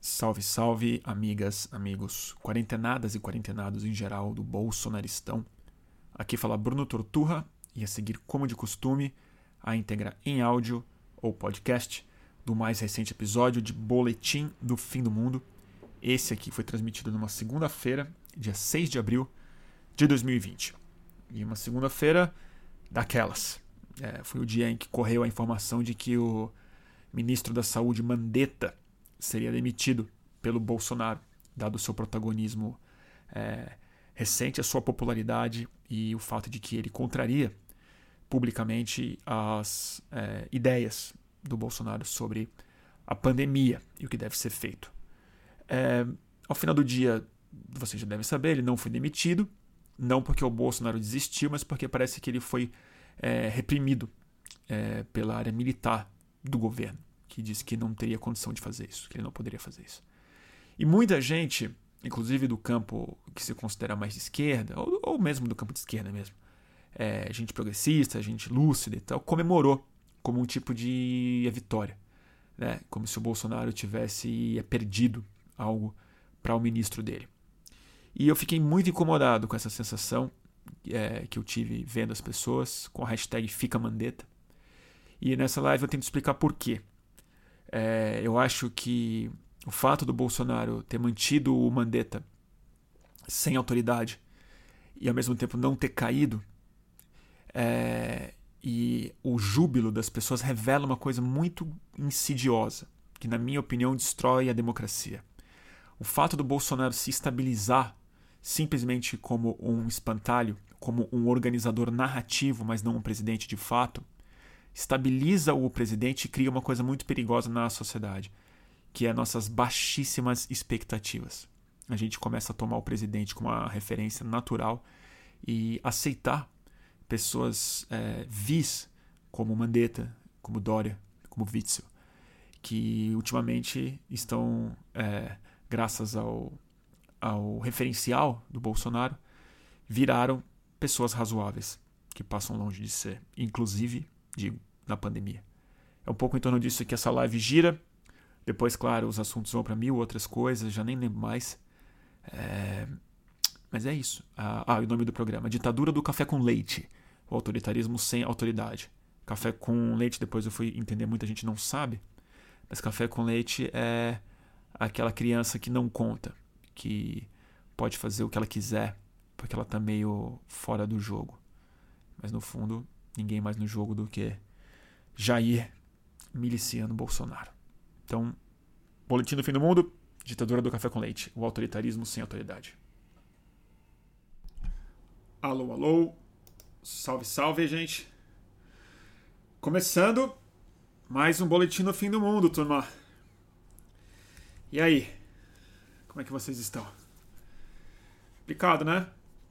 Salve, salve, amigas, amigos, quarentenadas e quarentenados em geral do Bolsonaristão. Aqui fala Bruno Torturra e a seguir, como de costume, a íntegra em áudio ou podcast do mais recente episódio de Boletim do Fim do Mundo. Esse aqui foi transmitido numa segunda-feira, dia 6 de abril de 2020. E uma segunda-feira daquelas. Foi o dia em que correu a informação de que o ministro da Saúde, Mandetta, seria demitido pelo Bolsonaro, dado o seu protagonismo recente, a sua popularidade e o fato de que ele contraria publicamente as ideias do Bolsonaro sobre a pandemia e o que deve ser feito. Ao final do dia, vocês já devem saber, ele não foi demitido, não porque o Bolsonaro desistiu, mas porque parece que ele foi reprimido pela área militar do governo, que disse que não teria condição de fazer isso, que ele não poderia fazer isso. E muita gente, inclusive do campo que se considera mais de esquerda, ou mesmo do campo de esquerda mesmo, gente progressista, gente lúcida e tal, comemorou como um tipo de vitória, né? Como se o Bolsonaro tivesse perdido algo para o ministro dele. E eu fiquei muito incomodado com essa sensação que eu tive vendo as pessoas com a hashtag #FicaMandetta. E nessa live eu tento explicar por quê. Eu acho que o fato do Bolsonaro ter mantido o Mandetta sem autoridade e ao mesmo tempo não ter caído, e o júbilo das pessoas revela uma coisa muito insidiosa, que na minha opinião destrói a democracia. O fato do Bolsonaro se estabilizar simplesmente como um espantalho, como um organizador narrativo, mas não um presidente de fato, estabiliza o presidente e cria uma coisa muito perigosa na sociedade, que é nossas baixíssimas expectativas. A gente começa a tomar o presidente como uma referência natural e aceitar pessoas vis como Mandetta, como Dória, como Witzel, que ultimamente estão, graças ao referencial do Bolsonaro, viraram pessoas razoáveis, que passam longe de ser, inclusive, digo, na pandemia. É um pouco em torno disso que essa live gira. Depois, claro, os assuntos vão para mil outras coisas, já nem lembro mais. Mas é isso. O nome do programa: Ditadura do Café com Leite. O autoritarismo sem autoridade. Café com leite, depois eu fui entender, muita gente não sabe, mas café com leite é aquela criança que não conta, que pode fazer o que ela quiser, porque ela tá meio fora do jogo. Mas no fundo, ninguém mais no jogo do que Jair miliciano Bolsonaro. Então, Boletim do Fim do Mundo, Ditadura do Café com Leite, o autoritarismo sem autoridade. Alô, alô, salve, salve, gente. Começando mais um Boletim do Fim do Mundo, turma. E aí, como é que vocês estão? Complicado, né?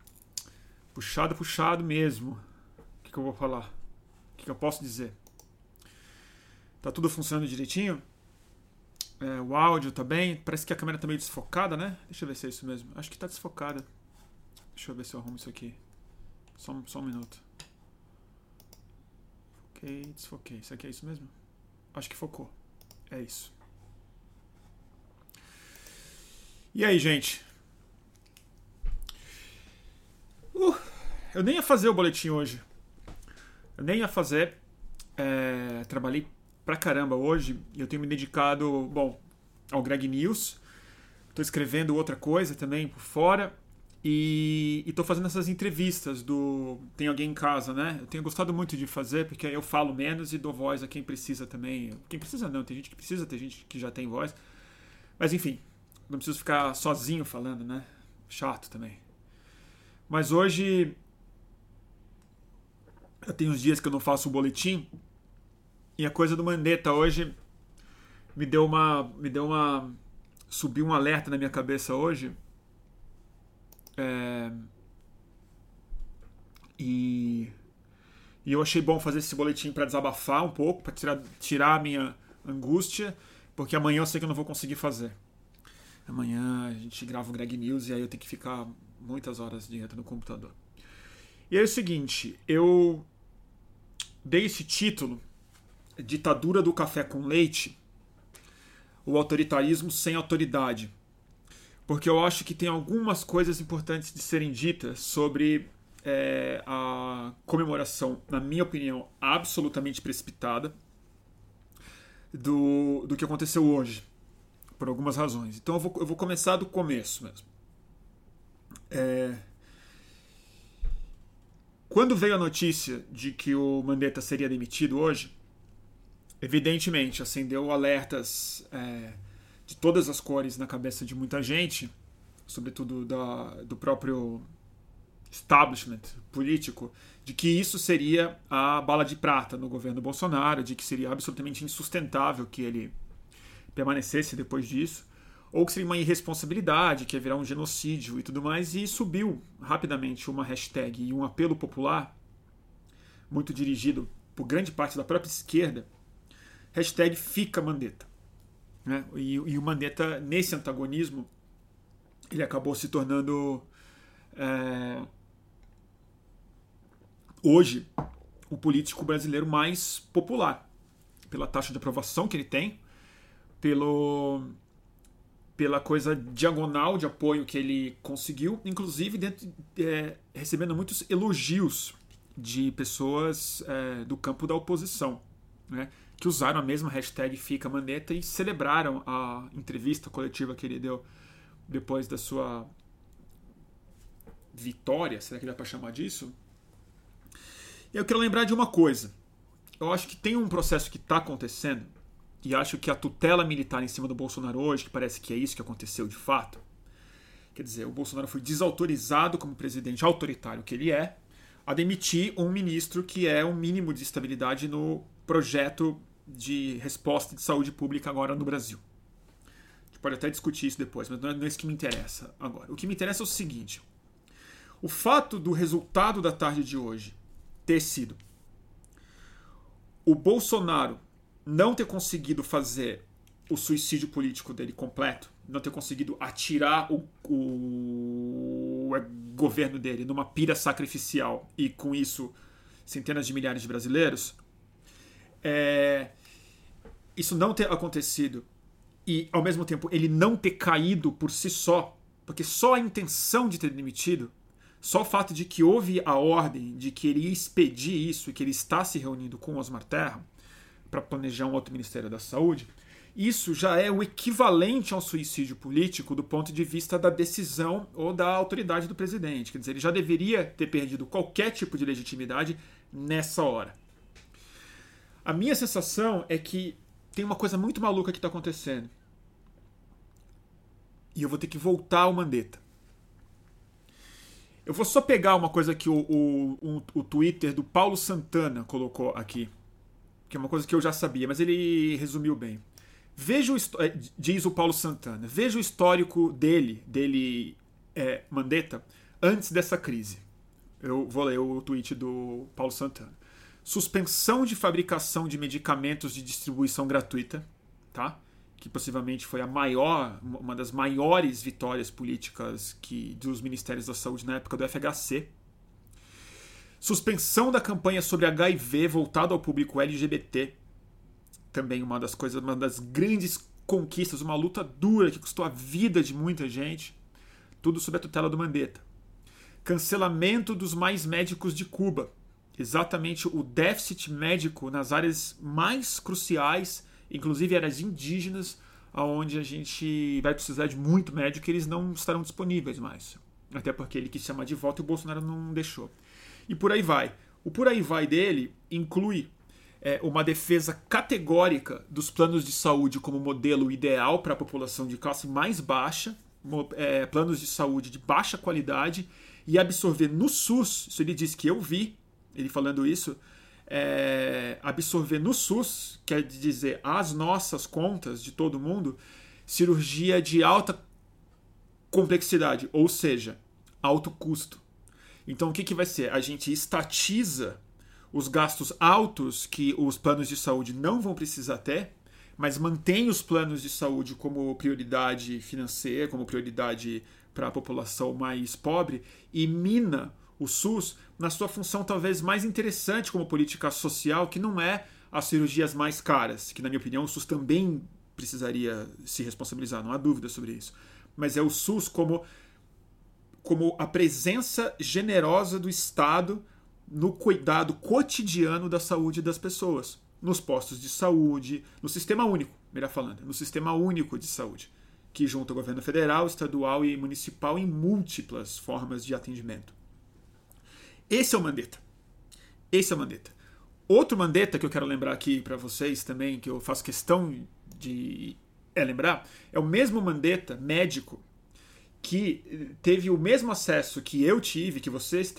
Puxado mesmo. O que eu vou falar? O que eu posso dizer? Tá tudo funcionando direitinho? O áudio tá bem? Parece que a câmera tá meio desfocada, né? Deixa eu ver se é isso mesmo. Acho que tá desfocada. Deixa eu ver se eu arrumo isso aqui. Só um minuto. Desfoquei. Isso aqui é isso mesmo? Acho que focou. É isso. E aí, gente? Eu nem ia fazer o boletim hoje. Trabalhei pra caramba hoje e eu tenho me dedicado, ao Greg News. Tô escrevendo outra coisa também por fora e tô fazendo essas entrevistas do Tem Alguém em Casa, né? Eu tenho gostado muito de fazer porque eu falo menos e dou voz a quem precisa também. Quem precisa não, tem gente que precisa, tem gente que já tem voz. Mas enfim, não preciso ficar sozinho falando, né? Chato também. Mas hoje eu tenho uns dias que eu não faço o boletim e a coisa do Mandetta hoje subiu um alerta na minha cabeça hoje. E eu achei bom fazer esse boletim para desabafar um pouco, para tirar a minha angústia, porque amanhã eu sei que eu não vou conseguir fazer. Amanhã a gente grava o Greg News e aí eu tenho que ficar muitas horas direto no computador. E é o seguinte, eu dei esse título, Ditadura do Café com Leite, o autoritarismo sem autoridade. Porque eu acho que tem algumas coisas importantes de serem ditas sobre a comemoração, na minha opinião, absolutamente precipitada do que aconteceu hoje, por algumas razões. Então eu vou começar do começo mesmo. Quando veio a notícia de que o Mandetta seria demitido hoje, evidentemente acendeu alertas de todas as cores na cabeça de muita gente, sobretudo do próprio establishment político, de que isso seria a bala de prata no governo Bolsonaro, de que seria absolutamente insustentável que ele permanecesse depois disso, ou que seria uma irresponsabilidade, que ia virar um genocídio e tudo mais, e subiu rapidamente uma hashtag e um apelo popular, muito dirigido por grande parte da própria esquerda, hashtag Fica Mandetta. Né? E o Mandetta, nesse antagonismo, ele acabou se tornando hoje o político brasileiro mais popular, pela taxa de aprovação que ele tem, pela coisa diagonal de apoio que ele conseguiu, inclusive recebendo muitos elogios de pessoas do campo da oposição, né, que usaram a mesma hashtag Fica Mandetta e celebraram a entrevista coletiva que ele deu depois da sua vitória, será que dá para chamar disso? Eu quero lembrar de uma coisa. Eu acho que tem um processo que está acontecendo, e acho que a tutela militar em cima do Bolsonaro hoje, que parece que é isso que aconteceu de fato, quer dizer, o Bolsonaro foi desautorizado como presidente autoritário que ele é, a demitir um ministro que é um mínimo de estabilidade no projeto de resposta de saúde pública agora no Brasil. A gente pode até discutir isso depois, mas não é isso que me interessa agora. O que me interessa é o seguinte: o fato do resultado da tarde de hoje ter sido o Bolsonaro não ter conseguido fazer o suicídio político dele completo, não ter conseguido atirar o governo dele numa pira sacrificial e com isso centenas de milhares de brasileiros, isso não ter acontecido e ao mesmo tempo ele não ter caído por si só, porque só a intenção de ter demitido, só o fato de que houve a ordem de que ele ia expedir isso e que ele está se reunindo com Osmar Terra para planejar um outro Ministério da Saúde, isso já é o equivalente ao suicídio político do ponto de vista da decisão ou da autoridade do presidente. Quer dizer, ele já deveria ter perdido qualquer tipo de legitimidade nessa hora. A minha sensação é que tem uma coisa muito maluca que está acontecendo. E eu vou ter que voltar ao Mandetta. Eu vou só pegar uma coisa que o Twitter do Paulo Santana colocou aqui, que é uma coisa que eu já sabia, mas ele resumiu bem. Diz o Paulo Santana, veja o histórico dele Mandetta, antes dessa crise. Eu vou ler o tweet do Paulo Santana. Suspensão de fabricação de medicamentos de distribuição gratuita, tá? Que possivelmente foi uma das maiores vitórias políticas dos Ministérios da Saúde na época do FHC. Suspensão da campanha sobre HIV voltada ao público LGBT. Também uma das grandes conquistas, uma luta dura que custou a vida de muita gente. Tudo sob a tutela do Mandetta. Cancelamento dos mais médicos de Cuba. Exatamente o déficit médico nas áreas mais cruciais, inclusive áreas indígenas, onde a gente vai precisar de muito médico, e eles não estarão disponíveis mais. Até porque ele quis chamar de volta e o Bolsonaro não deixou. E por aí vai. O por aí vai dele inclui uma defesa categórica dos planos de saúde como modelo ideal para a população de classe mais baixa, planos de saúde de baixa qualidade, e absorver no SUS, isso ele disse que eu vi, ele falando isso, absorver no SUS, quer dizer, as nossas contas de todo mundo, cirurgia de alta complexidade, ou seja, alto custo. Então o que vai ser? A gente estatiza os gastos altos que os planos de saúde não vão precisar ter, mas mantém os planos de saúde como prioridade financeira, como prioridade para a população mais pobre, e mina o SUS na sua função talvez mais interessante como política social, que não é as cirurgias mais caras, que na minha opinião o SUS também precisaria se responsabilizar, não há dúvida sobre isso. Mas é o SUS como a presença generosa do Estado no cuidado cotidiano da saúde das pessoas, nos postos de saúde, no sistema único, melhor falando, no sistema único de saúde, que junta o governo federal, estadual e municipal em múltiplas formas de atendimento. Esse é o Mandetta. Esse é o Mandetta. Outro Mandetta que eu quero lembrar aqui para vocês também, que eu faço questão de lembrar, é o mesmo Mandetta, médico, que teve o mesmo acesso que eu tive, que vocês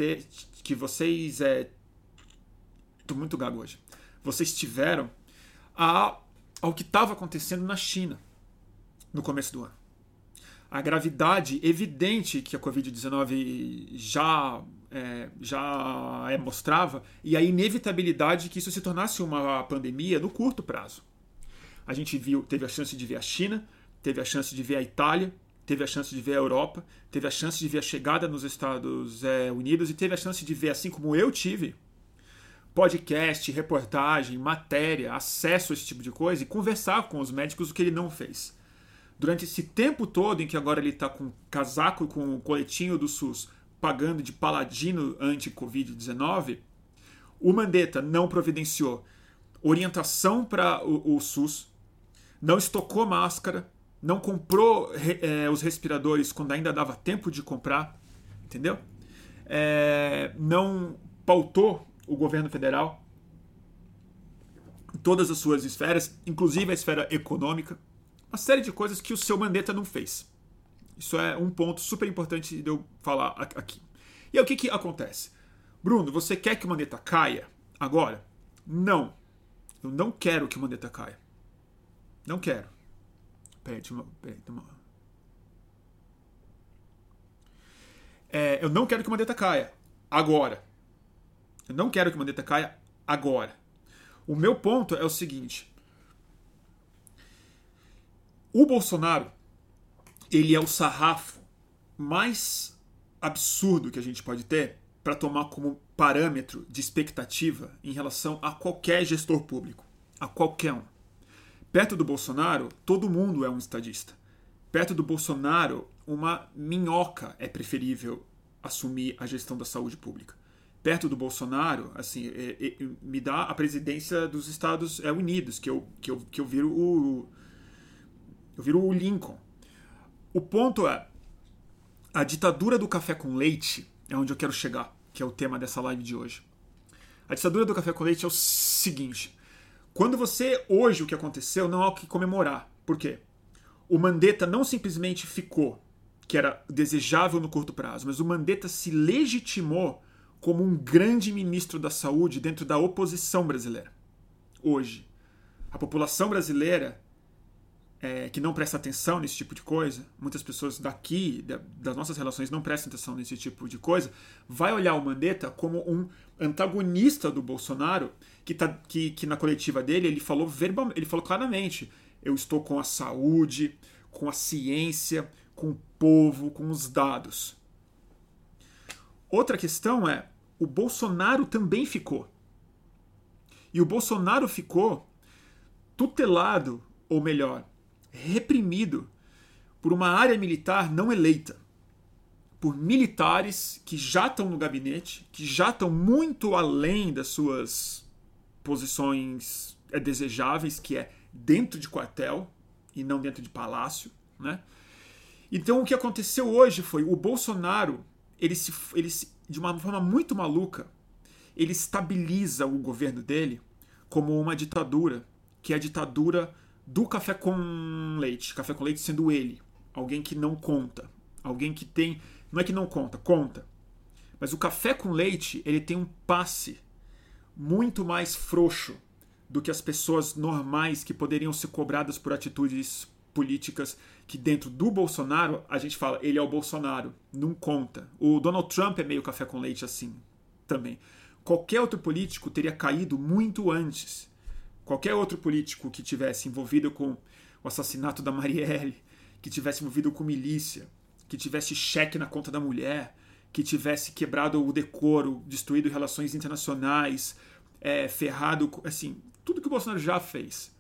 tô muito gago hoje. Vocês tiveram ao que estava acontecendo na China no começo do ano. A gravidade evidente que a Covid-19 já mostrava e a inevitabilidade que isso se tornasse uma pandemia no curto prazo. A gente teve a chance de ver a China, teve a chance de ver a Itália, teve a chance de ver a Europa, teve a chance de ver a chegada nos Estados Unidos e teve a chance de ver, assim como eu tive, podcast, reportagem, matéria, acesso a esse tipo de coisa e conversar com os médicos o que ele não fez. Durante esse tempo todo em que agora ele está com casaco, com o coletinho do SUS, pagando de paladino anti-Covid-19, o Mandetta não providenciou orientação para o SUS, não estocou máscara, não comprou os respiradores quando ainda dava tempo de comprar, entendeu? Não pautou o governo federal em todas as suas esferas, inclusive a esfera econômica, uma série de coisas que o seu Mandetta não fez. Isso é um ponto super importante de eu falar aqui. E aí o que acontece? Bruno, você quer que o Mandetta caia agora? Não. Eu não quero que o Mandetta caia. Não quero. Eu não quero que o Mandetta caia agora. Eu não quero que o Mandetta caia agora. O meu ponto é o seguinte. O Bolsonaro, ele é o sarrafo mais absurdo que a gente pode ter para tomar como parâmetro de expectativa em relação a qualquer gestor público. A qualquer um. Perto do Bolsonaro, todo mundo é um estadista. Perto do Bolsonaro, uma minhoca é preferível assumir a gestão da saúde pública. Perto do Bolsonaro, assim, me dá a presidência dos Estados Unidos, que eu viro o Lincoln. O ponto é, a ditadura do café com leite é onde eu quero chegar, que é o tema dessa live de hoje. A ditadura do café com leite é o seguinte: quando hoje o que aconteceu não há o que comemorar. Por quê? O Mandetta não simplesmente ficou, que era desejável no curto prazo, mas o Mandetta se legitimou como um grande ministro da saúde dentro da oposição brasileira. Hoje, a população brasileira que não presta atenção nesse tipo de coisa, muitas pessoas daqui, das nossas relações, não prestam atenção nesse tipo de coisa, vai olhar o Mandetta como um antagonista do Bolsonaro, que na coletiva dele ele falou claramente: eu estou com a saúde, com a ciência, com o povo, com os dados. Outra questão é, o Bolsonaro também ficou. E o Bolsonaro ficou tutelado, ou melhor, reprimido por uma área militar não eleita, por militares que já estão no gabinete, que já estão muito além das suas posições desejáveis, que é dentro de quartel e não dentro de palácio, né? Então o que aconteceu hoje foi o Bolsonaro, ele de uma forma muito maluca, ele estabiliza o governo dele como uma ditadura, que é a ditadura do café com leite. Café com leite sendo ele. Alguém que não conta. Alguém que tem... Não é que não conta, conta. Mas o café com leite, ele tem um passe muito mais frouxo do que as pessoas normais que poderiam ser cobradas por atitudes políticas que dentro do Bolsonaro, a gente fala, ele é o Bolsonaro. Não conta. O Donald Trump é meio café com leite assim também. Qualquer outro político teria caído muito antes. Qualquer outro político que tivesse envolvido com o assassinato da Marielle, que tivesse envolvido com milícia, que tivesse cheque na conta da mulher, que tivesse quebrado o decoro, destruído relações internacionais, ferrado, assim, tudo que o Bolsonaro já fez,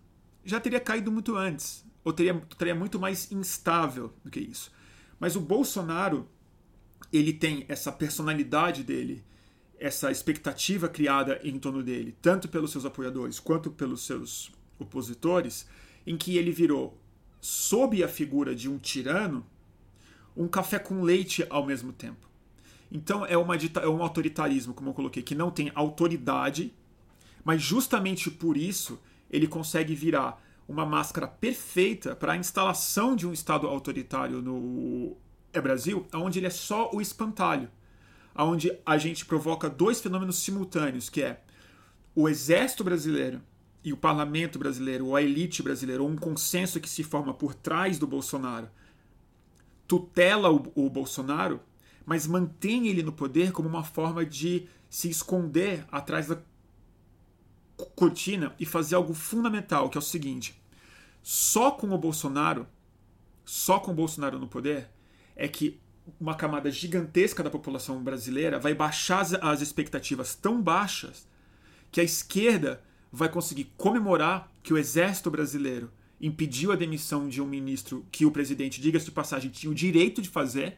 já teria caído muito antes, ou estaria muito mais instável do que isso. Mas o Bolsonaro, ele tem essa personalidade dele, essa expectativa criada em torno dele, tanto pelos seus apoiadores quanto pelos seus opositores, em que ele virou, sob a figura de um tirano, um café com leite ao mesmo tempo. Então é um autoritarismo, como eu coloquei, que não tem autoridade, mas justamente por isso ele consegue virar uma máscara perfeita para a instalação de um Estado autoritário no Brasil, onde ele é só o espantalho, onde a gente provoca dois fenômenos simultâneos, que é o exército brasileiro e o parlamento brasileiro, ou a elite brasileira, ou um consenso que se forma por trás do Bolsonaro, tutela o Bolsonaro, mas mantém ele no poder como uma forma de se esconder atrás da cortina e fazer algo fundamental, que é o seguinte: só com o Bolsonaro no poder, é que uma camada gigantesca da população brasileira vai baixar as expectativas tão baixas que a esquerda vai conseguir comemorar que o exército brasileiro impediu a demissão de um ministro que o presidente, diga-se de passagem, tinha o direito de fazer.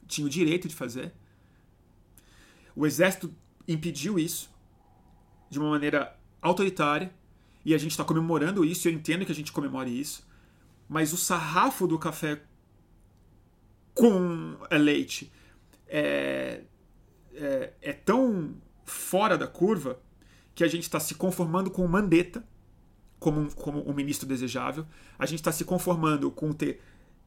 O exército impediu isso de uma maneira autoritária, e a gente está comemorando isso, e eu entendo que a gente comemore isso, mas o sarrafo do café com leite é tão fora da curva que a gente está se conformando com o Mandetta como um ministro desejável, a gente está se conformando com ter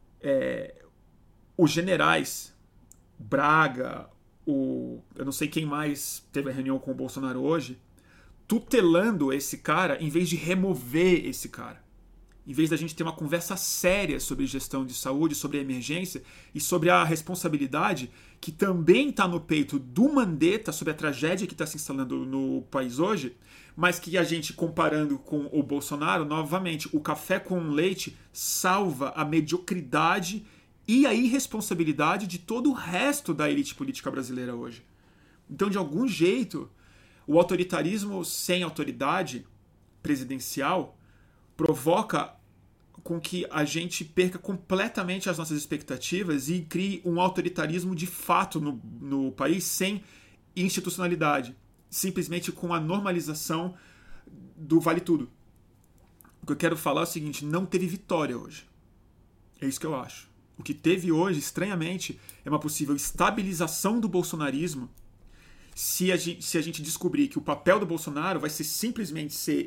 os generais Braga, eu não sei quem mais teve a reunião com o Bolsonaro hoje, tutelando esse cara em vez de remover esse cara. Em vez da gente ter uma conversa séria sobre gestão de saúde, sobre a emergência e sobre a responsabilidade que também está no peito do Mandetta sobre a tragédia que está se instalando no país hoje, mas que a gente, comparando com o Bolsonaro, novamente, o café com leite salva a mediocridade e a irresponsabilidade de todo o resto da elite política brasileira hoje. Então, de algum jeito, o autoritarismo sem autoridade presidencial provoca com que a gente perca completamente as nossas expectativas e crie um autoritarismo de fato no país sem institucionalidade, simplesmente com a normalização do vale tudo. O que eu quero falar é o seguinte: não teve vitória hoje. É isso que eu acho. O que teve hoje, estranhamente, é uma possível estabilização do bolsonarismo se a gente descobrir que o papel do Bolsonaro vai ser simplesmente ser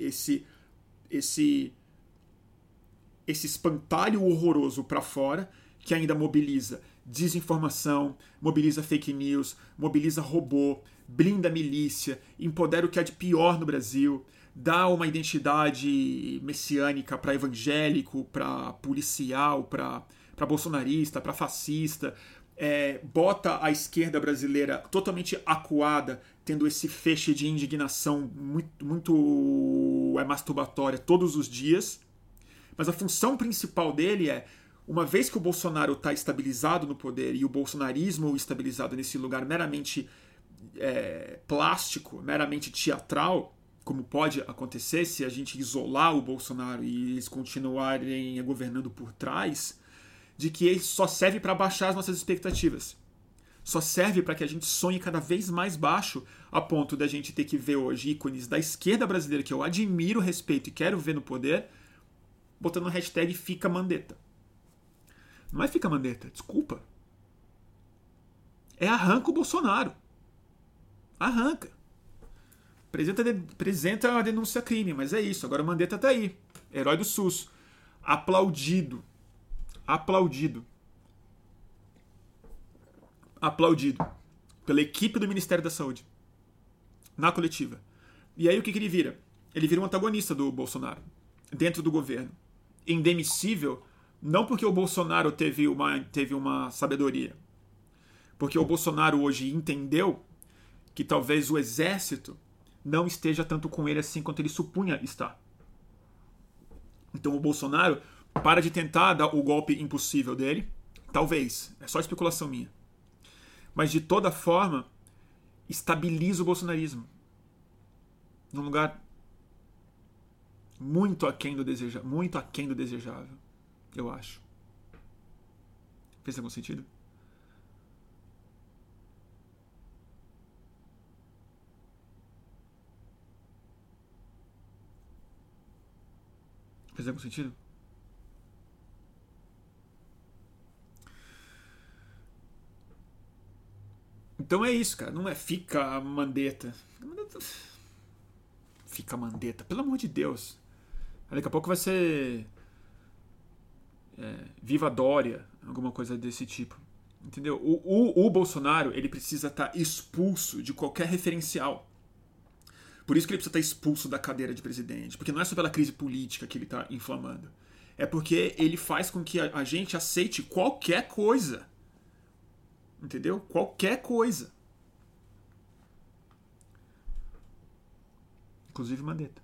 esse espantalho horroroso para fora, que ainda mobiliza desinformação, mobiliza fake news, mobiliza robô, blinda a milícia, empodera o que há de pior no Brasil, dá uma identidade messiânica para evangélico, para policial, para bolsonarista, para fascista, bota a esquerda brasileira totalmente acuada, tendo esse feixe de indignação muito masturbatória todos os dias. Mas a função principal dele é, uma vez que o Bolsonaro está estabilizado no poder e o bolsonarismo estabilizado nesse lugar meramente plástico, meramente teatral, como pode acontecer se a gente isolar o Bolsonaro e eles continuarem governando por trás, de que ele só serve para baixar as nossas expectativas. Só serve para que a gente sonhe cada vez mais baixo, a ponto da gente ter que ver hoje ícones da esquerda brasileira, que eu admiro, respeito e quero ver no poder, botando o hashtag Fica Mandetta. Não é Fica Mandetta, desculpa. É arranca o Bolsonaro. Arranca. Apresenta a denúncia crime, mas é isso. Agora o Mandetta tá aí. Herói do SUS. Aplaudido pela equipe do Ministério da Saúde na coletiva. E aí o que ele vira? Ele vira um antagonista do Bolsonaro dentro do governo. Indemissível, não porque o Bolsonaro teve uma sabedoria, porque o Bolsonaro hoje entendeu que talvez o exército não esteja tanto com ele assim quanto ele supunha estar. Então o Bolsonaro para de tentar dar o golpe impossível dele, talvez, é só especulação minha. Mas de toda forma, estabiliza o bolsonarismo num lugar muito aquém do desejável, eu acho. Fez algum sentido? Fez algum sentido? Então é isso, cara. Não é fica a Mandetta. Fica a Mandetta, pelo amor de Deus. Daqui a pouco vai ser Viva Dória, alguma coisa desse tipo. Entendeu? O Bolsonaro, ele precisa estar expulso de qualquer referencial. Por isso que ele precisa estar expulso da cadeira de presidente. Porque não é só pela crise política que ele está inflamando. É porque ele faz com que a gente aceite qualquer coisa. Entendeu? Qualquer coisa. Inclusive Mandetta.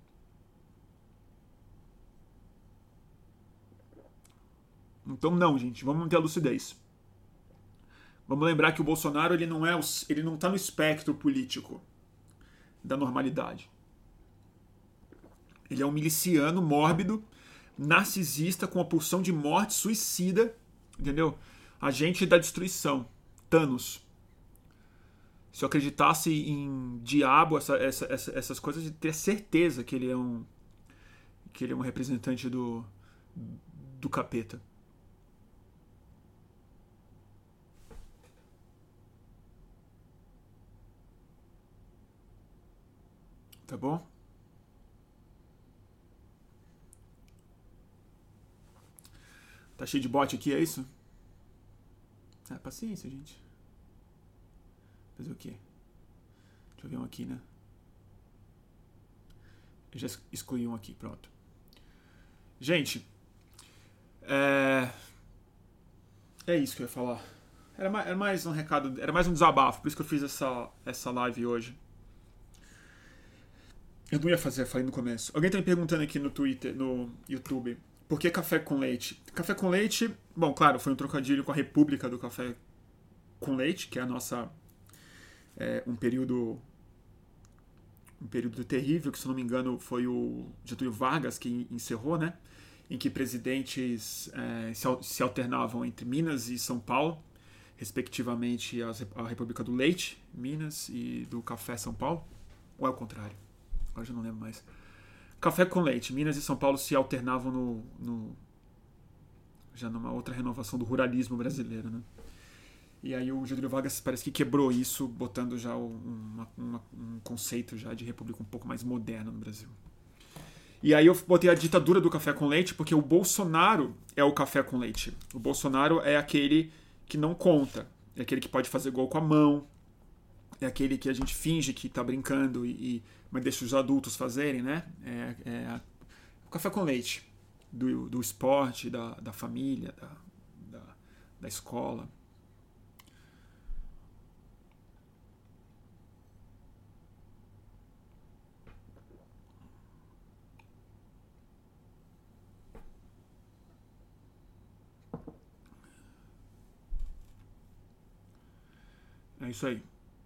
Então não, gente. Vamos manter a lucidez. Vamos lembrar que o Bolsonaro ele não está no espectro político da normalidade. Ele é um miliciano mórbido, narcisista, com uma pulsão de morte, suicida, entendeu? Agente da destruição. Thanos. Se eu acreditasse em diabo, essas coisas, de ter certeza que ele é um representante do capeta. Tá bom? Tá cheio de bot aqui, é isso? Paciência, gente. Fazer o quê? Deixa eu ver um aqui, né? Eu já excluí um aqui, pronto. Gente, é isso que eu ia falar. Era mais um recado, era mais um desabafo, por isso que eu fiz essa live hoje. Eu não ia fazer, falei no começo. Alguém tá me perguntando aqui no Twitter, no YouTube, por que café com leite? Café com leite, bom, claro, foi um trocadilho com a República do Café com Leite, que é a nossa... um período terrível, que se não me engano foi o Getúlio Vargas que encerrou, né? Em que presidentes se alternavam entre Minas e São Paulo, respectivamente a República do Leite, Minas, e do Café, São Paulo. Ou é o contrário? Agora já não lembro mais. Café com leite. Minas e São Paulo se alternavam já numa outra renovação do ruralismo brasileiro, né? E aí o Getúlio Vargas parece que quebrou isso, botando já um conceito já de república um pouco mais moderno no Brasil. E aí eu botei a ditadura do café com leite, porque o Bolsonaro é o café com leite. O Bolsonaro é aquele que não conta. É aquele que pode fazer gol com a mão. É aquele que a gente finge que tá brincando mas deixa os adultos fazerem, né? O café com leite do esporte, da família, da escola. É isso aí.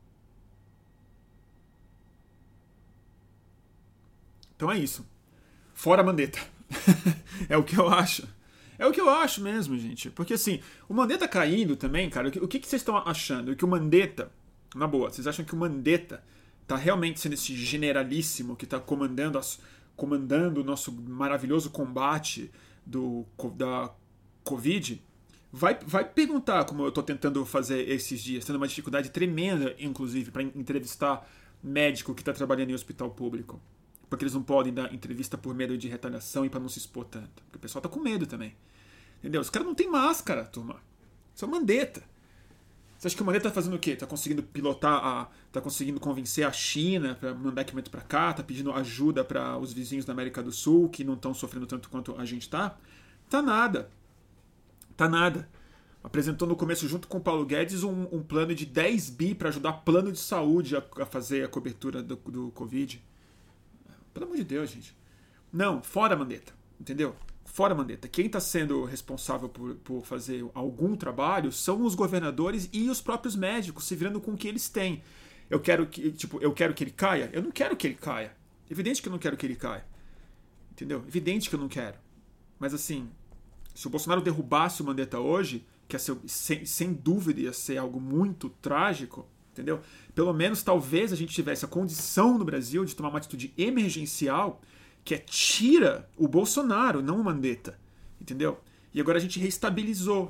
Então é isso. Fora a Mandetta. É o que eu acho. É o que eu acho mesmo, gente. Porque assim, o Mandetta caindo também, cara, o que vocês estão achando? Que o Mandetta, na boa, vocês acham que o Mandetta tá realmente sendo esse generalíssimo que tá comandando o nosso maravilhoso combate da Covid? Vai perguntar, como eu tô tentando fazer esses dias, tendo uma dificuldade tremenda, inclusive, para entrevistar médico que tá trabalhando em hospital público. Porque eles não podem dar entrevista por medo de retaliação e para não se expor tanto. Porque o pessoal tá com medo também. Entendeu? Os caras não tem máscara, turma. Isso é Mandetta. Você acha que o Mandetta tá fazendo o quê? Tá conseguindo tá conseguindo convencer a China para mandar equipamento para cá? Tá pedindo ajuda para os vizinhos da América do Sul que não estão sofrendo tanto quanto a gente tá? Tá nada. Tá nada. Apresentou no começo, junto com o Paulo Guedes, um plano de 10 bi para ajudar plano de saúde a fazer a cobertura do Covid. Pelo amor de Deus, gente. Não, fora Mandetta. Entendeu? Fora Mandetta. Quem está sendo responsável por fazer algum trabalho são os governadores e os próprios médicos, se virando com o que eles têm. Eu quero que ele caia? Eu não quero que ele caia. Evidente que eu não quero que ele caia. Entendeu? Evidente que eu não quero. Mas assim, se o Bolsonaro derrubasse o Mandetta hoje, que ia ser, sem dúvida ia ser algo muito trágico, entendeu? Pelo menos talvez a gente tivesse a condição no Brasil de tomar uma atitude emergencial que é tira o Bolsonaro, não o Mandetta, entendeu? E agora a gente reestabilizou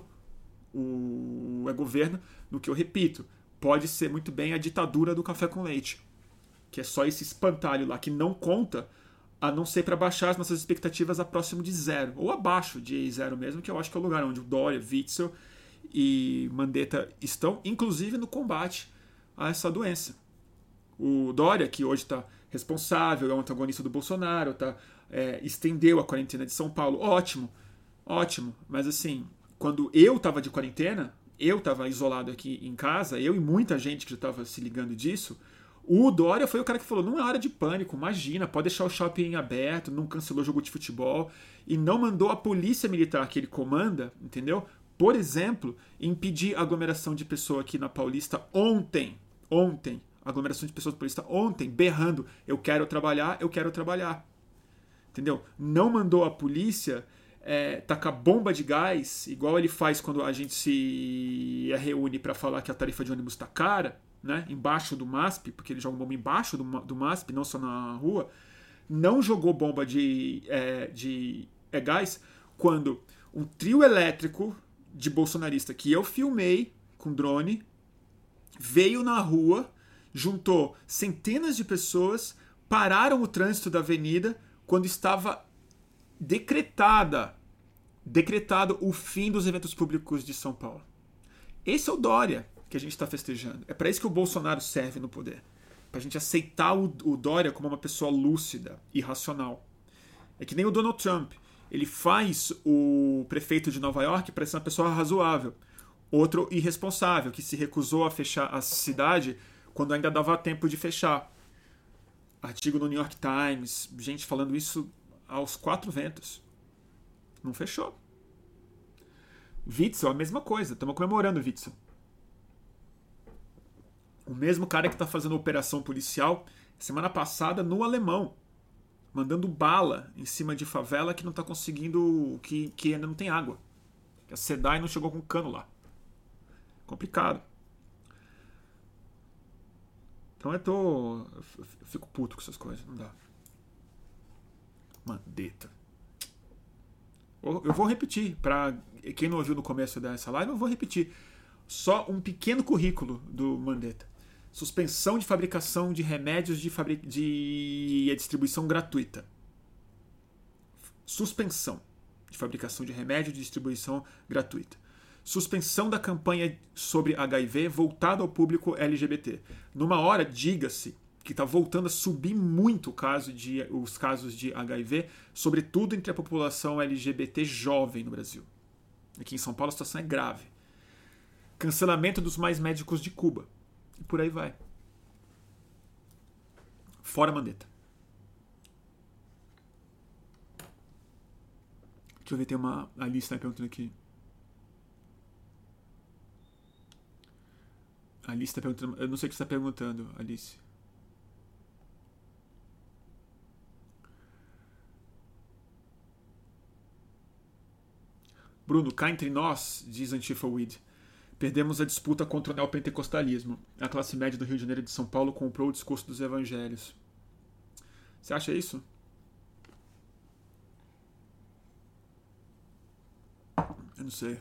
o governo, no que eu repito, pode ser muito bem a ditadura do café com leite, que é só esse espantalho lá que não conta, a não ser para baixar as nossas expectativas a próximo de zero, ou abaixo de zero mesmo, que eu acho que é o lugar onde o Dória, Witzel e Mandetta estão, inclusive no combate a essa doença. O Dória, que hoje está responsável, é um antagonista do Bolsonaro, estendeu a quarentena de São Paulo, ótimo, ótimo, mas assim, quando eu estava de quarentena, eu estava isolado aqui em casa, eu e muita gente que já estava se ligando disso, o Dória foi o cara que falou, não é hora de pânico, imagina, pode deixar o shopping aberto, não cancelou o jogo de futebol, e não mandou a polícia militar que ele comanda, entendeu? Por exemplo, impedir a aglomeração de pessoas aqui na Paulista ontem, aglomeração de pessoas na Paulista ontem, berrando, eu quero trabalhar, entendeu? Não mandou a polícia tacar bomba de gás, igual ele faz quando a gente se reúne para falar que a tarifa de ônibus está cara, né? Embaixo do MASP, porque ele joga bomba embaixo do MASP, não só na rua. Não jogou bomba de gás quando um trio elétrico de bolsonarista que eu filmei com drone veio na rua, juntou centenas de pessoas, pararam o trânsito da avenida quando estava decretado o fim dos eventos públicos de São Paulo. Esse é o Dória que a gente está festejando. É para isso que o Bolsonaro serve no poder. Para a gente aceitar o Dória como uma pessoa lúcida e racional. É que nem o Donald Trump. Ele faz o prefeito de Nova York parecer uma pessoa razoável. Outro irresponsável, que se recusou a fechar a cidade quando ainda dava tempo de fechar. Artigo no New York Times, gente falando isso aos quatro ventos. Não fechou. Witzel, a mesma coisa. Estamos comemorando o Witzel. O mesmo cara que está fazendo operação policial semana passada no Alemão, mandando bala em cima de favela que não está conseguindo, que ainda não tem água. A SEDAI não chegou com cano lá. Complicado. Então eu fico puto com essas coisas, não dá. Mandetta. Eu vou repetir, para quem não ouviu no começo dessa live, eu vou repetir. Só um pequeno currículo do Mandetta. Suspensão de fabricação de remédios de distribuição gratuita. Suspensão de fabricação de remédio de distribuição gratuita. Suspensão da campanha sobre HIV voltada ao público LGBT. Numa hora, diga-se que está voltando a subir muito os casos de HIV, sobretudo entre a população LGBT jovem no Brasil. Aqui em São Paulo a situação é grave. Cancelamento dos mais médicos de Cuba. E por aí vai. Fora Mandetta. Deixa eu ver, tem uma Alice tá perguntando aqui. A Alice está perguntando. Eu não sei o que você está perguntando, Alice. Bruno, cá entre nós, diz Antifa Weed, perdemos a disputa contra o neopentecostalismo. A classe média do Rio de Janeiro e de São Paulo comprou o discurso dos evangelhos. Você acha isso? Eu não sei.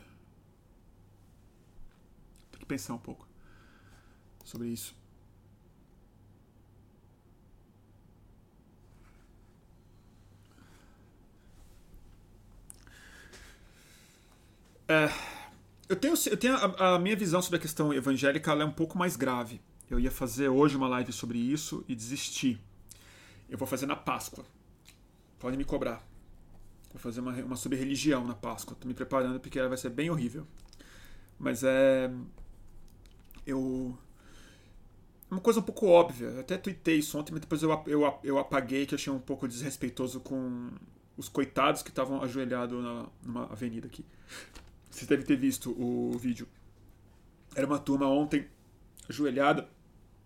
Tem que pensar um pouco sobre isso. Eu tenho a minha visão sobre a questão evangélica, ela é um pouco mais grave. Eu ia fazer hoje uma live sobre isso e desisti. Eu vou fazer na Páscoa. Podem me cobrar. Vou fazer uma sobre religião na Páscoa. Tô me preparando porque ela vai ser bem horrível. Mas é uma coisa um pouco óbvia. Eu até tuitei isso ontem, mas depois eu apaguei, que eu achei um pouco desrespeitoso com os coitados que estavam ajoelhados numa avenida aqui. Vocês devem ter visto o vídeo. Era uma turma ontem ajoelhada,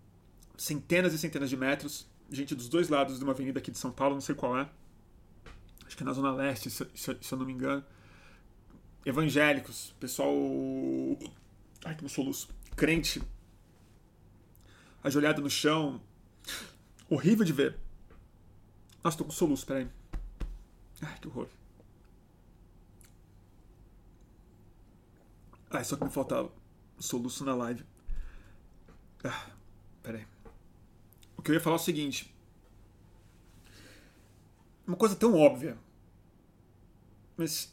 centenas e centenas de metros, gente dos dois lados de uma avenida aqui de São Paulo, não sei qual é. acho que é na Zona Leste, se eu não me engano. Evangélicos, pessoal. Ai, que soluço. Crente, ajoelhado no chão. Horrível de ver. Nossa, tô com soluço, peraí. Ai, que horror. Ai, só que me faltava soluço na live. Peraí. O que eu ia falar é o seguinte. Uma coisa tão óbvia. Mas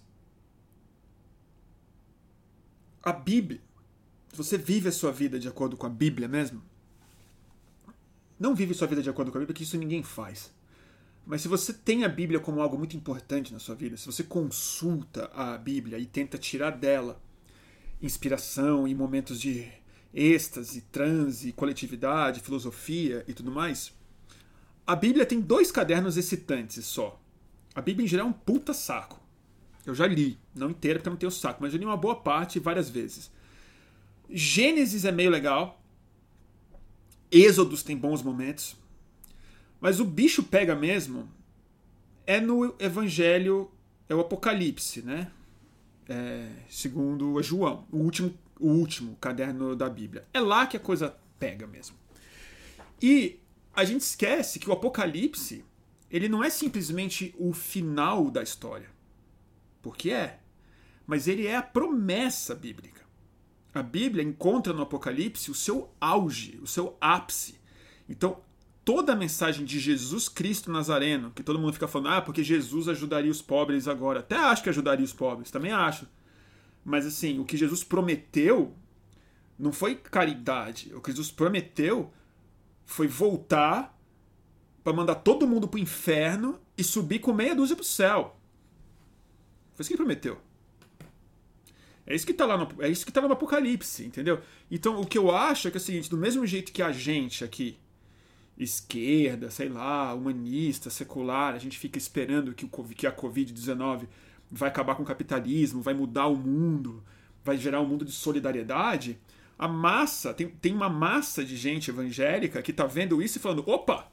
a Bíblia, se você vive a sua vida de acordo com a Bíblia mesmo, não vive sua vida de acordo com a Bíblia, porque isso ninguém faz. Mas se você tem a Bíblia como algo muito importante na sua vida, se você consulta a Bíblia e tenta tirar dela inspiração em momentos de êxtase, transe, coletividade, filosofia e tudo mais, a Bíblia tem 2 cadernos excitantes só. A Bíblia em geral é um puta saco. Eu já li, não inteira porque eu não tenho saco, mas eu li uma boa parte várias vezes. Gênesis é meio legal. Êxodos tem bons momentos. Mas o bicho pega mesmo é no Evangelho, é o Apocalipse, né? Segundo João, o último caderno da Bíblia. É lá que a coisa pega mesmo. E a gente esquece que o Apocalipse, ele não é simplesmente o final da história. Porque é. Mas ele é a promessa bíblica. A Bíblia encontra no Apocalipse o seu auge, o seu ápice. Então, toda a mensagem de Jesus Cristo Nazareno, que todo mundo fica falando, porque Jesus ajudaria os pobres agora. Até acho que ajudaria os pobres, também acho. Mas assim, o que Jesus prometeu não foi caridade. O que Jesus prometeu foi voltar para mandar todo mundo pro inferno e subir com meia dúzia pro céu. Foi isso que ele prometeu. É isso que tá lá no, é isso que tá lá no Apocalipse, entendeu? Então, o que eu acho é que é o seguinte, do mesmo jeito que a gente aqui, esquerda, sei lá, humanista, secular, a gente fica esperando que a Covid-19 vai acabar com o capitalismo, vai mudar o mundo, vai gerar um mundo de solidariedade, a massa, tem uma massa de gente evangélica que tá vendo isso e falando, opa,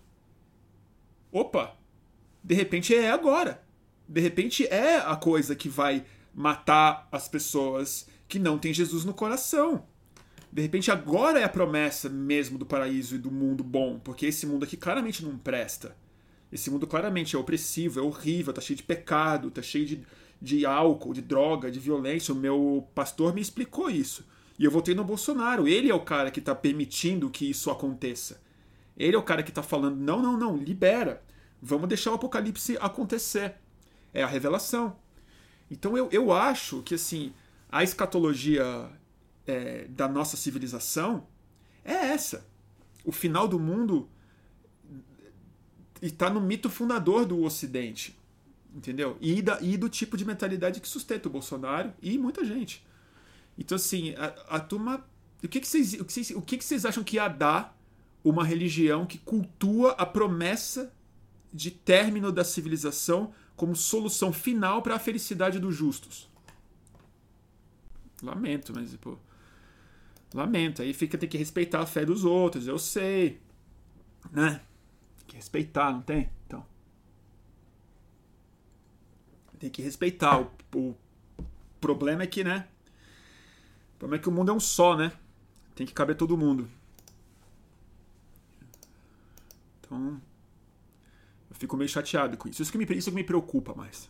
de repente é agora. De repente é a coisa que vai matar as pessoas que não têm Jesus no coração. De repente agora é a promessa mesmo do paraíso e do mundo bom, porque esse mundo aqui claramente não presta. Esse mundo claramente é opressivo, é horrível, tá cheio de pecado, tá cheio de álcool, de droga, de violência. O meu pastor me explicou isso. E eu votei no Bolsonaro. Ele é o cara que tá permitindo que isso aconteça. Ele é o cara que tá falando, não, libera. Vamos deixar o apocalipse acontecer. É a revelação. Então eu acho que assim, a escatologia da nossa civilização é essa. O final do mundo está no mito fundador do Ocidente. Entendeu? E do tipo de mentalidade que sustenta o Bolsonaro e muita gente. Então, assim, a turma. O que vocês acham que ia dar uma religião que cultua a promessa de término da civilização como solução final para a felicidade dos justos? Lamento, mas, pô. Lamento. Aí tem que respeitar a fé dos outros, eu sei. Né? Tem que respeitar, não tem? Então. Tem que respeitar. O problema é que, né? O problema é que o mundo é um só, né? Tem que caber todo mundo. Então. Eu fico meio chateado com isso. Isso que me preocupa mais.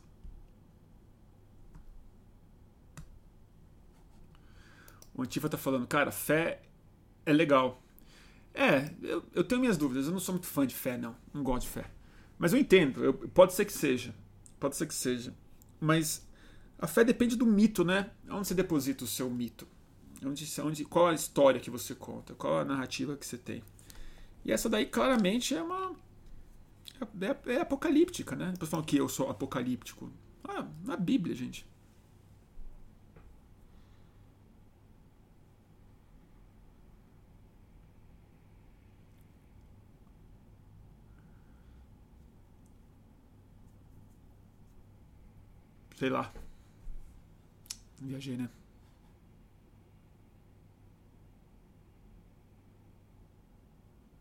O Antifa tá falando, cara, fé é legal. Eu tenho minhas dúvidas. Eu não sou muito fã de fé, não. Não gosto de fé. Mas eu entendo. Pode ser que seja. Pode ser que seja. Mas a fé depende do mito, né? Onde você deposita o seu mito? Qual a história que você conta? Qual a narrativa que você tem? E essa daí claramente é uma... É apocalíptica, né? Depois falam que eu sou apocalíptico. Na Bíblia, gente. Sei lá. Viajei, né?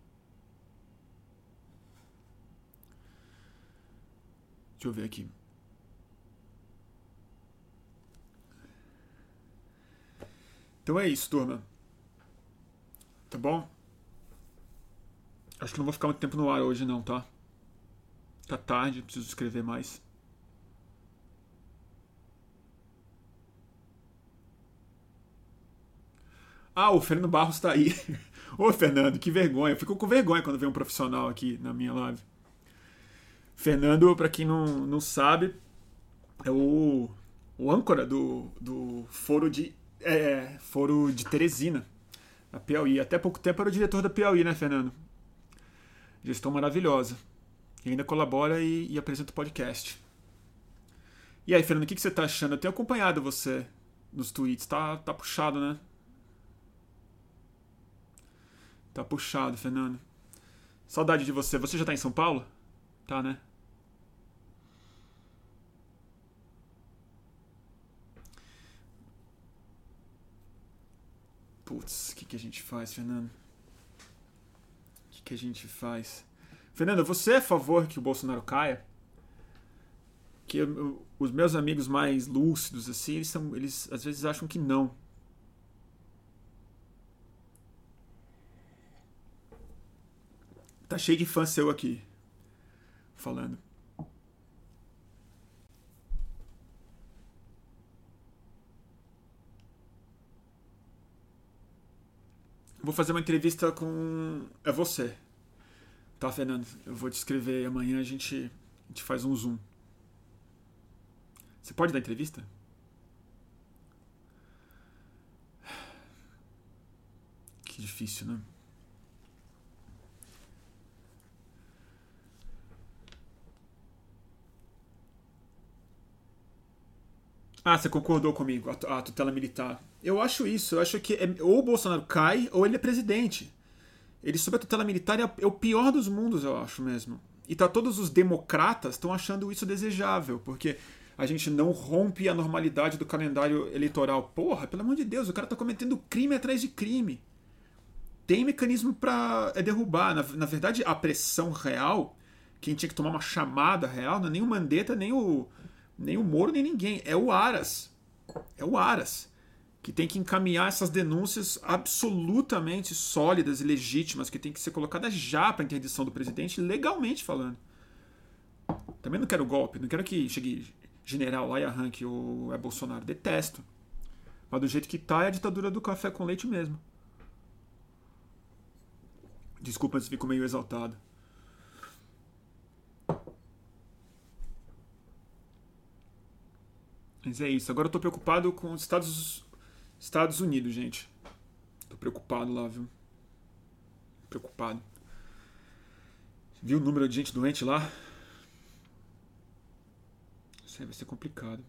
Deixa eu ver aqui. Então é isso, turma. Tá bom? Acho que não vou ficar muito tempo no ar hoje não, tá? Tá tarde, preciso escrever mais. Ah, o Fernando Barros tá aí. Ô, Fernando, que vergonha. Eu fico com vergonha quando vem um profissional aqui na minha live. Fernando, pra quem não sabe, é o âncora do Foro de Teresina, a Piauí. Até pouco tempo era o diretor da Piauí, né, Fernando? Gestão maravilhosa. E ainda colabora e apresenta o podcast. E aí, Fernando, o que você tá achando? Eu tenho acompanhado você nos tweets. Tá puxado, né? Tá puxado, Fernando. Saudade de você. Você já tá em São Paulo? Tá, né? Putz, o que a gente faz, Fernando? O que a gente faz? Fernando, você é a favor que o Bolsonaro caia? Que os meus amigos mais lúcidos, assim, eles às vezes acham que não. Tá cheio de fã seu aqui, falando. Vou fazer uma entrevista com. É você, tá, Fernando? Eu vou te escrever amanhã, a gente faz um Zoom. Você pode dar entrevista? Que difícil, né? Ah, você concordou comigo, a tutela militar. Eu acho isso, eu acho que ou o Bolsonaro cai ou ele é presidente. Ele sob a tutela militar é o pior dos mundos, eu acho mesmo. E tá, todos os democratas estão achando isso desejável, porque a gente não rompe a normalidade do calendário eleitoral. Porra, pelo amor de Deus, o cara tá cometendo crime atrás de crime. Tem mecanismo pra derrubar. Na verdade, a pressão real, quem tinha que tomar uma chamada real, não é nem o Mandetta, nem o Moro, nem ninguém. É o Aras. É o Aras que tem que encaminhar essas denúncias absolutamente sólidas e legítimas que tem que ser colocadas já para interdição do presidente, legalmente falando. Também não quero golpe, não quero que chegue general lá e arranque o Bolsonaro. Detesto. Mas do jeito que tá é a ditadura do café com leite mesmo. Desculpa se fico meio exaltado. Mas é isso. Agora eu tô preocupado com os Estados Unidos, gente. Tô preocupado lá, viu? Preocupado. Viu o número de gente doente lá? Isso aí vai ser complicado.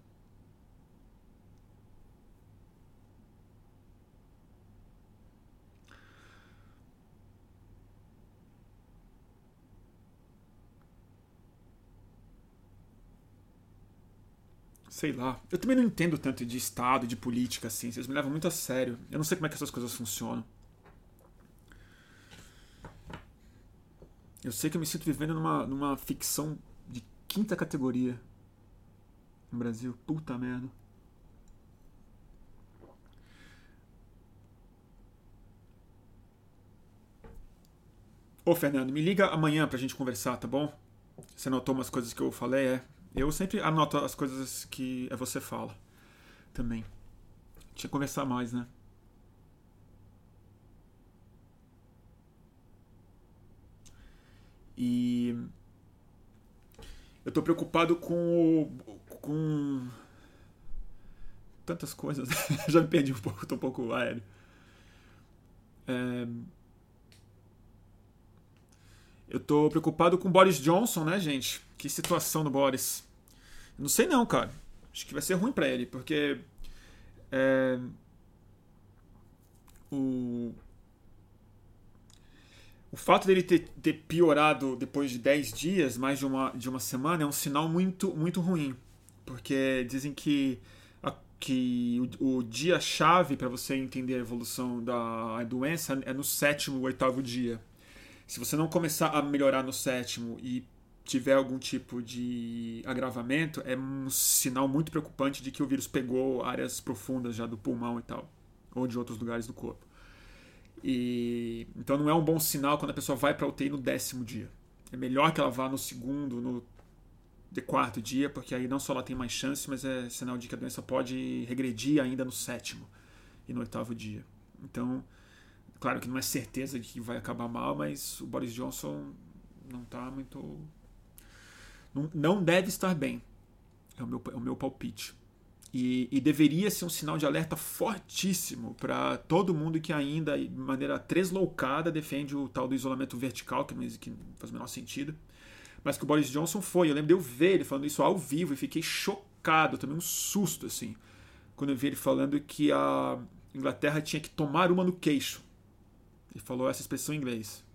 Sei lá. Eu também não entendo tanto de Estado, de política, assim. Vocês me levam muito a sério. Eu não sei como é que essas coisas funcionam. Eu sei que eu me sinto vivendo numa ficção de quinta categoria no Brasil. Puta merda. Ô, Fernando, me liga amanhã pra gente conversar, tá bom? Você anotou umas coisas que eu falei? É. Eu sempre anoto as coisas que você fala também. Tinha que conversar mais, né? E eu tô preocupado com tantas coisas. Já me perdi um pouco, tô um pouco aéreo. É, eu tô preocupado com o Boris Johnson, né, gente? Que situação do Boris. Eu não sei não, cara. Acho que vai ser ruim pra ele, porque é, o, o fato dele ter piorado depois de 10 dias, mais de uma semana, é um sinal muito, muito ruim. Porque dizem que o dia-chave para você entender a evolução da doença é no sétimo ou oitavo dia. Se você não começar a melhorar no sétimo e tiver algum tipo de agravamento, é um sinal muito preocupante de que o vírus pegou áreas profundas já do pulmão e tal. ou de outros lugares do corpo. Então não é um bom sinal quando a pessoa vai para a UTI no 10º dia. É melhor que ela vá no 2º, no 4º dia, porque aí não só ela tem mais chance, mas é sinal de que a doença pode regredir ainda no 7º e no 8º dia. Então, claro que não é certeza de que vai acabar mal, mas o Boris Johnson não está muito... Não deve estar bem. É o meu palpite. E deveria ser um sinal de alerta fortíssimo para todo mundo que ainda, de maneira tresloucada, defende o tal do isolamento vertical, que não faz o menor sentido. Mas que o Boris Johnson foi. Eu lembro de eu ver ele falando isso ao vivo e fiquei chocado, também um susto, assim, quando eu vi ele falando que a Inglaterra tinha que tomar uma no queixo. Ele falou essa expressão em inglês.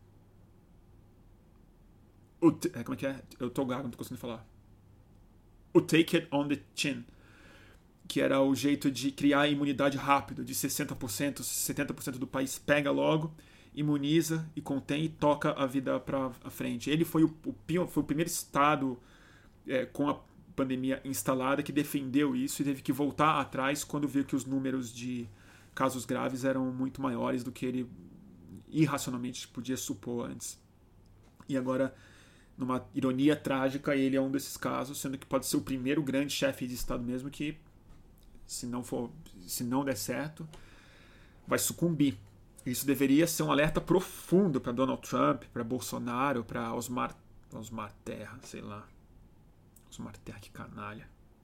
Como é que é? Eu tô gago, não tô conseguindo falar. O take it on the chin. Que era o jeito de criar imunidade rápido, de 60%, 70% do país pega logo, imuniza e contém e toca a vida para a frente. Ele foi o primeiro estado com a pandemia instalada que defendeu isso e teve que voltar atrás quando viu que os números de casos graves eram muito maiores do que ele irracionalmente podia supor antes. E agora, numa ironia trágica, ele é um desses casos, sendo que pode ser o primeiro grande chefe de estado mesmo que, se não der certo, vai sucumbir. Isso deveria ser um alerta profundo para Donald Trump, para Bolsonaro, para Osmar Terra, sei lá. Osmar Terra, que canalha.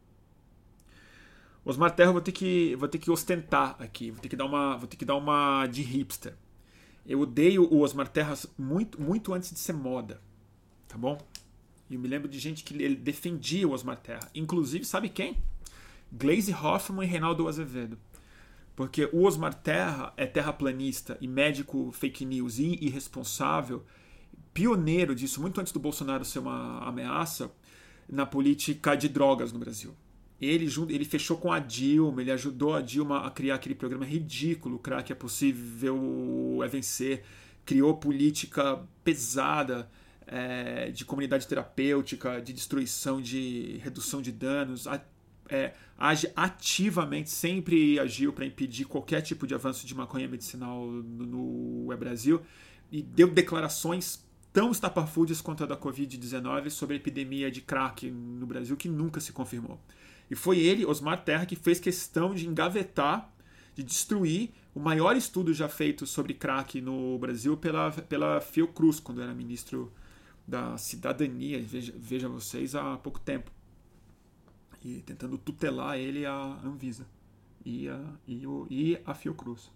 Osmar Terra eu vou ter que ostentar aqui, vou ter que dar uma de hipster. Eu odeio o Osmar Terra muito, muito antes de ser moda, tá bom? E eu me lembro de gente que ele defendia o Osmar Terra. Inclusive, sabe quem? Gleisi Hoffmann e Reinaldo Azevedo. Porque o Osmar Terra é terraplanista e médico fake news e irresponsável, pioneiro disso, muito antes do Bolsonaro ser uma ameaça, na política de drogas no Brasil. Ele fechou com a Dilma, ele ajudou a Dilma a criar aquele programa ridículo, Crack é Possível é Vencer, criou política pesada de comunidade terapêutica, de destruição, de redução de danos, age ativamente, sempre agiu para impedir qualquer tipo de avanço de maconha medicinal no Brasil e deu declarações tão estapafúrdias quanto a da Covid-19 sobre a epidemia de crack no Brasil que nunca se confirmou. E foi ele, Osmar Terra, que fez questão de engavetar, de destruir o maior estudo já feito sobre crack no Brasil pela Fiocruz, quando era ministro da Cidadania, veja vocês, há pouco tempo. E tentando tutelar ele a Anvisa e a Fiocruz.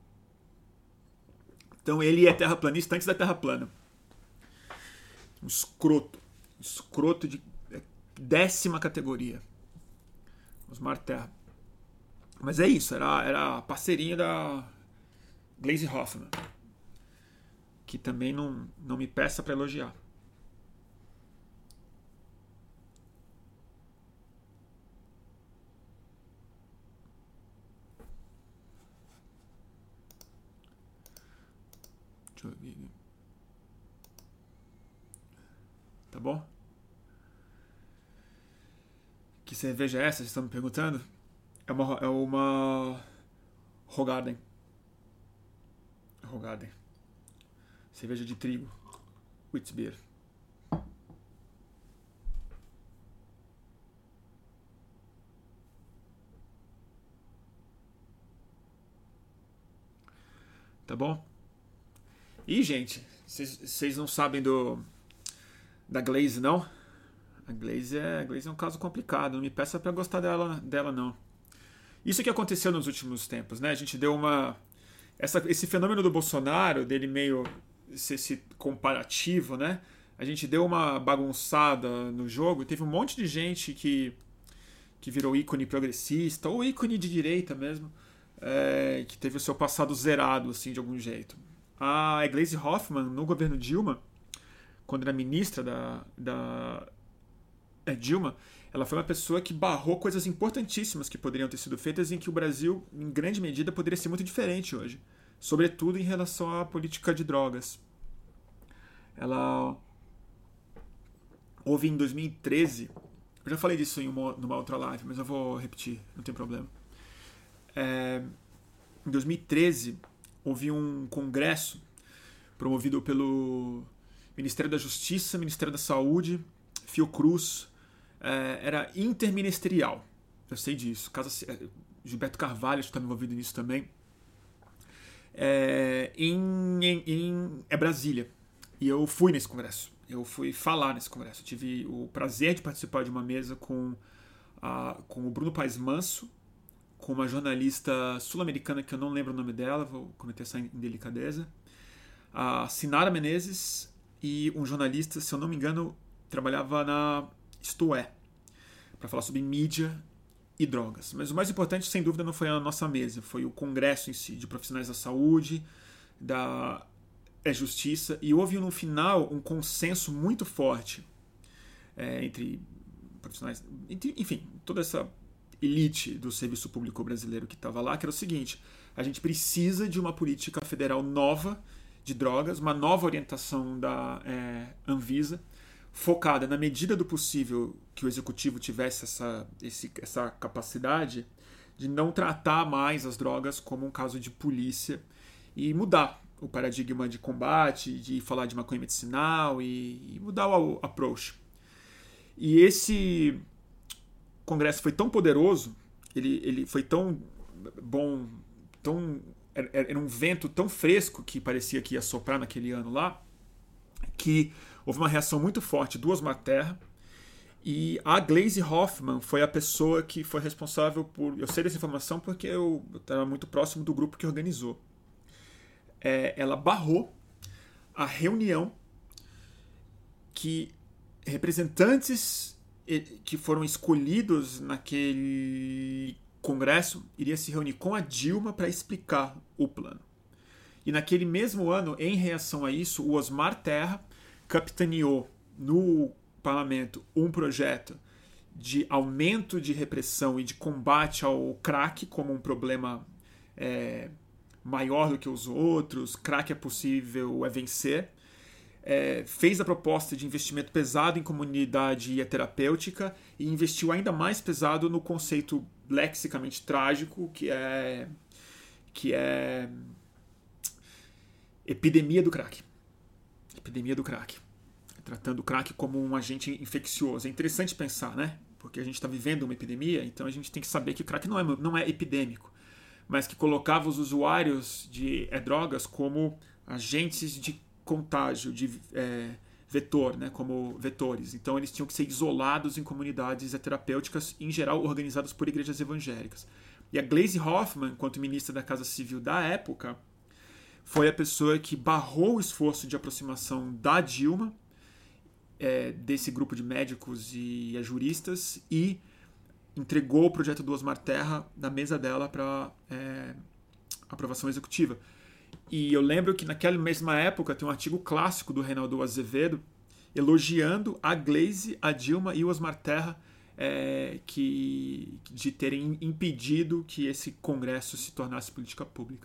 Então ele é terraplanista antes da Terra plana. Um escroto de 10ª categoria. Osmar Terra. Mas é isso, era a parceirinha da Gleisi Hoffmann, que também não me peça para elogiar. Tá bom? Que cerveja é essa? Vocês estão me perguntando? É uma Hoegaarden. Cerveja de trigo. Witbier. Tá bom? E, gente, vocês não sabem da Gleisi, não? A Gleisi é um caso complicado. Não me peça pra gostar dela, não. Isso que aconteceu nos últimos tempos, né? A gente deu esse fenômeno do Bolsonaro, dele meio esse comparativo, né? A gente deu uma bagunçada no jogo. Teve um monte de gente que virou ícone progressista, ou ícone de direita mesmo, que teve o seu passado zerado, assim, de algum jeito. A Gleisi Hoffmann, no governo Dilma, quando era ministra da Dilma, ela foi uma pessoa que barrou coisas importantíssimas que poderiam ter sido feitas, em que o Brasil, em grande medida, poderia ser muito diferente hoje. Sobretudo em relação à política de drogas. Ela houve em 2013, eu já falei disso numa outra live, mas eu vou repetir, não tem problema. em 2013, houve um congresso promovido pelo Ministério da Justiça, Ministério da Saúde, Fiocruz, era interministerial, eu sei disso. Gilberto Carvalho está envolvido nisso também. É Brasília. E eu fui nesse congresso. Eu fui falar nesse congresso. Eu tive o prazer de participar de uma mesa com o Bruno Paes Manso, com uma jornalista sul-americana que eu não lembro o nome dela, vou cometer essa indelicadeza, a Sinara Menezes, e um jornalista, se eu não me engano, trabalhava na Isto É, para falar sobre mídia e drogas. Mas o mais importante, sem dúvida, não foi a nossa mesa, foi o congresso em si, de profissionais da saúde, da justiça, e houve no final um consenso muito forte entre profissionais, enfim, toda essa elite do serviço público brasileiro que estava lá, que era o seguinte: a gente precisa de uma política federal nova de drogas, uma nova orientação da Anvisa, focada na medida do possível que o executivo tivesse essa capacidade de não tratar mais as drogas como um caso de polícia e mudar o paradigma de combate, de falar de maconha medicinal e mudar o approach. E esse congresso foi tão poderoso, ele foi tão bom, era um vento tão fresco que parecia que ia soprar naquele ano lá, que houve uma reação muito forte do Osmar Terra, e a Gleisi Hoffmann foi a pessoa que foi responsável por... Eu sei dessa informação porque eu estava muito próximo do grupo que organizou. Ela barrou a reunião que representantes que foram escolhidos naquele congresso iria se reunir com a Dilma para explicar o plano. E naquele mesmo ano, em reação a isso, o Osmar Terra capitaneou no parlamento um projeto de aumento de repressão e de combate ao crack como um problema maior do que os outros. Crack é possível vencer. Fez a proposta de investimento pesado em comunidade terapêutica e investiu ainda mais pesado no conceito lexicamente trágico que é epidemia do crack. Epidemia do crack. Tratando o crack como um agente infeccioso. É interessante pensar, né? Porque a gente está vivendo uma epidemia, então a gente tem que saber que o crack não é epidêmico, mas que colocava os usuários de drogas como agentes de contágio, de vetor, né? Como vetores. Então eles tinham que ser isolados em comunidades terapêuticas, em geral organizadas por igrejas evangélicas. E a Gleisi Hoffmann, enquanto ministra da Casa Civil da época, foi a pessoa que barrou o esforço de aproximação da Dilma, desse grupo de médicos e juristas, e entregou o projeto do Osmar Terra na mesa dela para aprovação executiva. E eu lembro que naquela mesma época tem um artigo clássico do Reinaldo Azevedo elogiando a Gleisi, a Dilma e o Osmar Terra de terem impedido que esse congresso se tornasse política pública.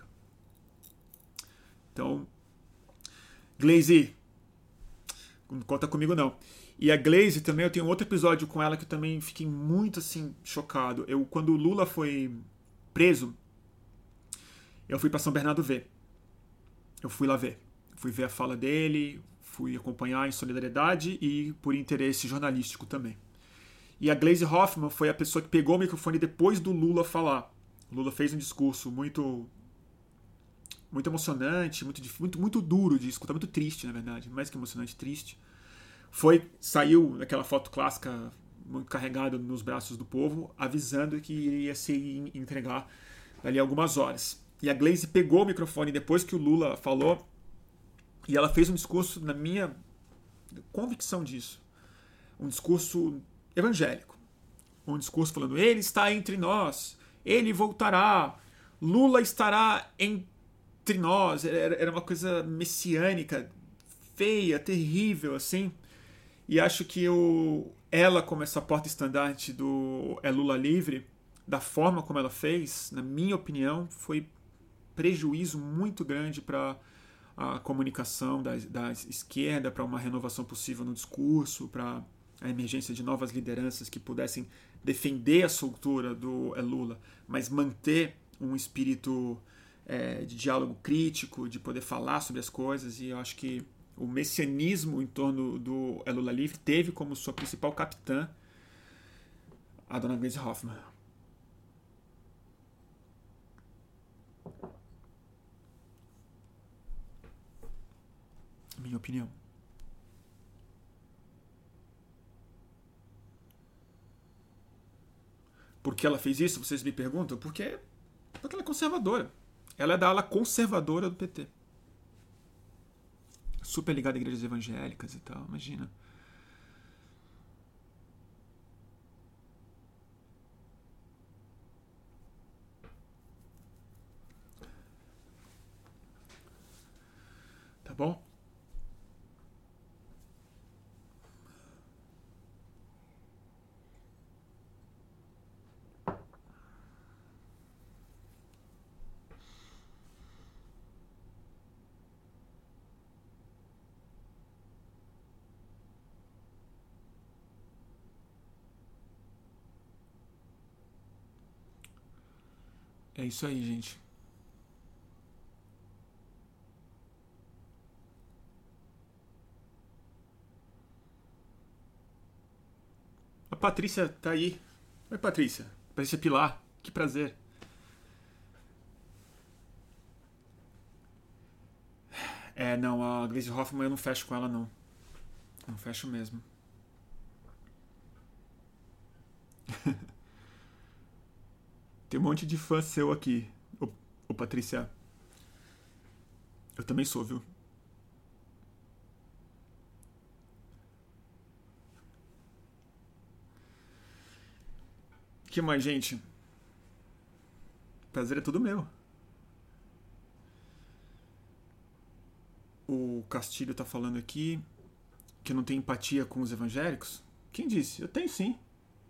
Então, Gleisi, não conta comigo não. E a Gleisi também, eu tenho outro episódio com ela que eu também fiquei muito assim chocado. Quando o Lula foi preso, eu fui para São Bernardo ver. Eu fui lá ver. Fui ver a fala dele, fui acompanhar em solidariedade e por interesse jornalístico também. E a Gleisi Hoffmann foi a pessoa que pegou o microfone depois do Lula falar. O Lula fez um discurso muito emocionante, muito duro de escutar, muito triste, na verdade, mais que emocionante, triste. Saiu aquela foto clássica, muito carregada nos braços do povo, avisando que iria se entregar dali a algumas horas. E a Gleisi pegou o microfone depois que o Lula falou, e ela fez um discurso, na minha convicção disso, um discurso evangélico. Um discurso falando: ele está entre nós, ele voltará, Lula estará entre nós. Era uma coisa messiânica, feia, terrível, assim. E acho que ela, como essa porta-estandarte do Lula livre, da forma como ela fez, na minha opinião, foi prejuízo muito grande para a comunicação da esquerda, para uma renovação possível no discurso, para a emergência de novas lideranças que pudessem defender a soltura do Lula, mas manter um espírito de diálogo crítico, de poder falar sobre as coisas, e eu acho que o messianismo em torno do Lula Livre teve como sua principal capitã a dona Gleisi Hoffmann. Minha opinião. Por que ela fez isso? Vocês me perguntam? Porque ela é conservadora. Ela é da ala conservadora do PT. Super ligada a igrejas evangélicas e tal, imagina. Tá bom? É isso aí, gente. A Patrícia tá aí. Oi, Patrícia. Patrícia Pilar. Que prazer. Não, a Gleisi Hoffmann eu não fecho com ela, não. Não fecho mesmo. Tem um monte de fã seu aqui. Ô Patrícia. Eu também sou, viu? Que mais, gente? Prazer é tudo meu. O Castilho tá falando aqui que eu não tenho empatia com os evangélicos. Quem disse? Eu tenho sim.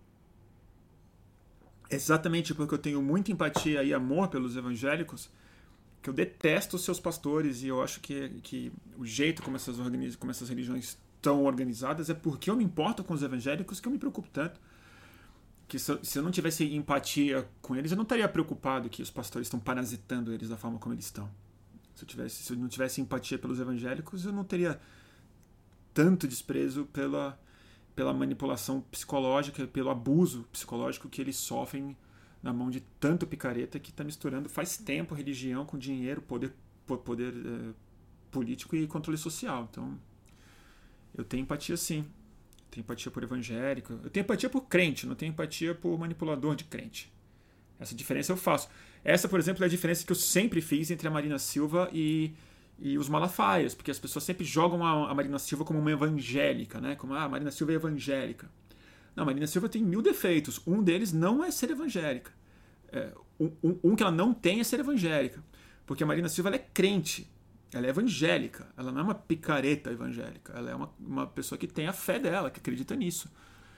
Exatamente porque eu tenho muita empatia e amor pelos evangélicos, que eu detesto os seus pastores, e eu acho que o jeito como essas religiões estão organizadas é porque eu me importo com os evangélicos que eu me preocupo tanto. Que se eu não tivesse empatia com eles, eu não estaria preocupado que os pastores estão parasitando eles da forma como eles estão. Se eu não tivesse empatia pelos evangélicos, eu não teria tanto desprezo pela manipulação psicológica, pelo abuso psicológico que eles sofrem na mão de tanto picareta que está misturando faz tempo religião com dinheiro, poder político e controle social. Então, eu tenho empatia sim. Eu tenho empatia por evangélico. Eu tenho empatia por crente, não tenho empatia por manipulador de crente. Essa diferença eu faço. Essa, por exemplo, é a diferença que eu sempre fiz entre a Marina Silva e os Malafaias, porque as pessoas sempre jogam a Marina Silva como uma evangélica, né? Como, a Marina Silva é evangélica. Não, a Marina Silva tem 1000 defeitos. Um deles não é ser evangélica. Um que ela não tem é ser evangélica. Porque a Marina Silva ela é crente. Ela é evangélica. Ela não é uma picareta evangélica. Ela é uma pessoa que tem a fé dela, que acredita nisso.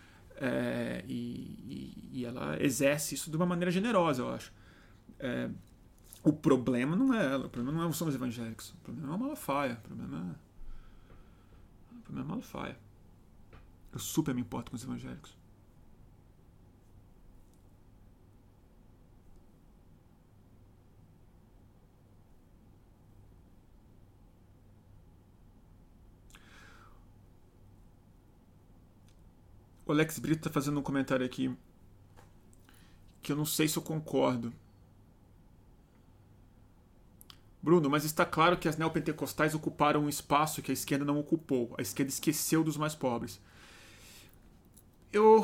E ela exerce isso de uma maneira generosa, eu acho. O problema não é ela, o problema não são os evangélicos, o problema é a Malafaia, o problema é a Malafaia. Eu super me importo com os evangélicos. O Alex Brito está fazendo um comentário aqui que eu não sei se eu concordo. Bruno, mas está claro que as neopentecostais ocuparam um espaço que a esquerda não ocupou. A esquerda esqueceu dos mais pobres. Eu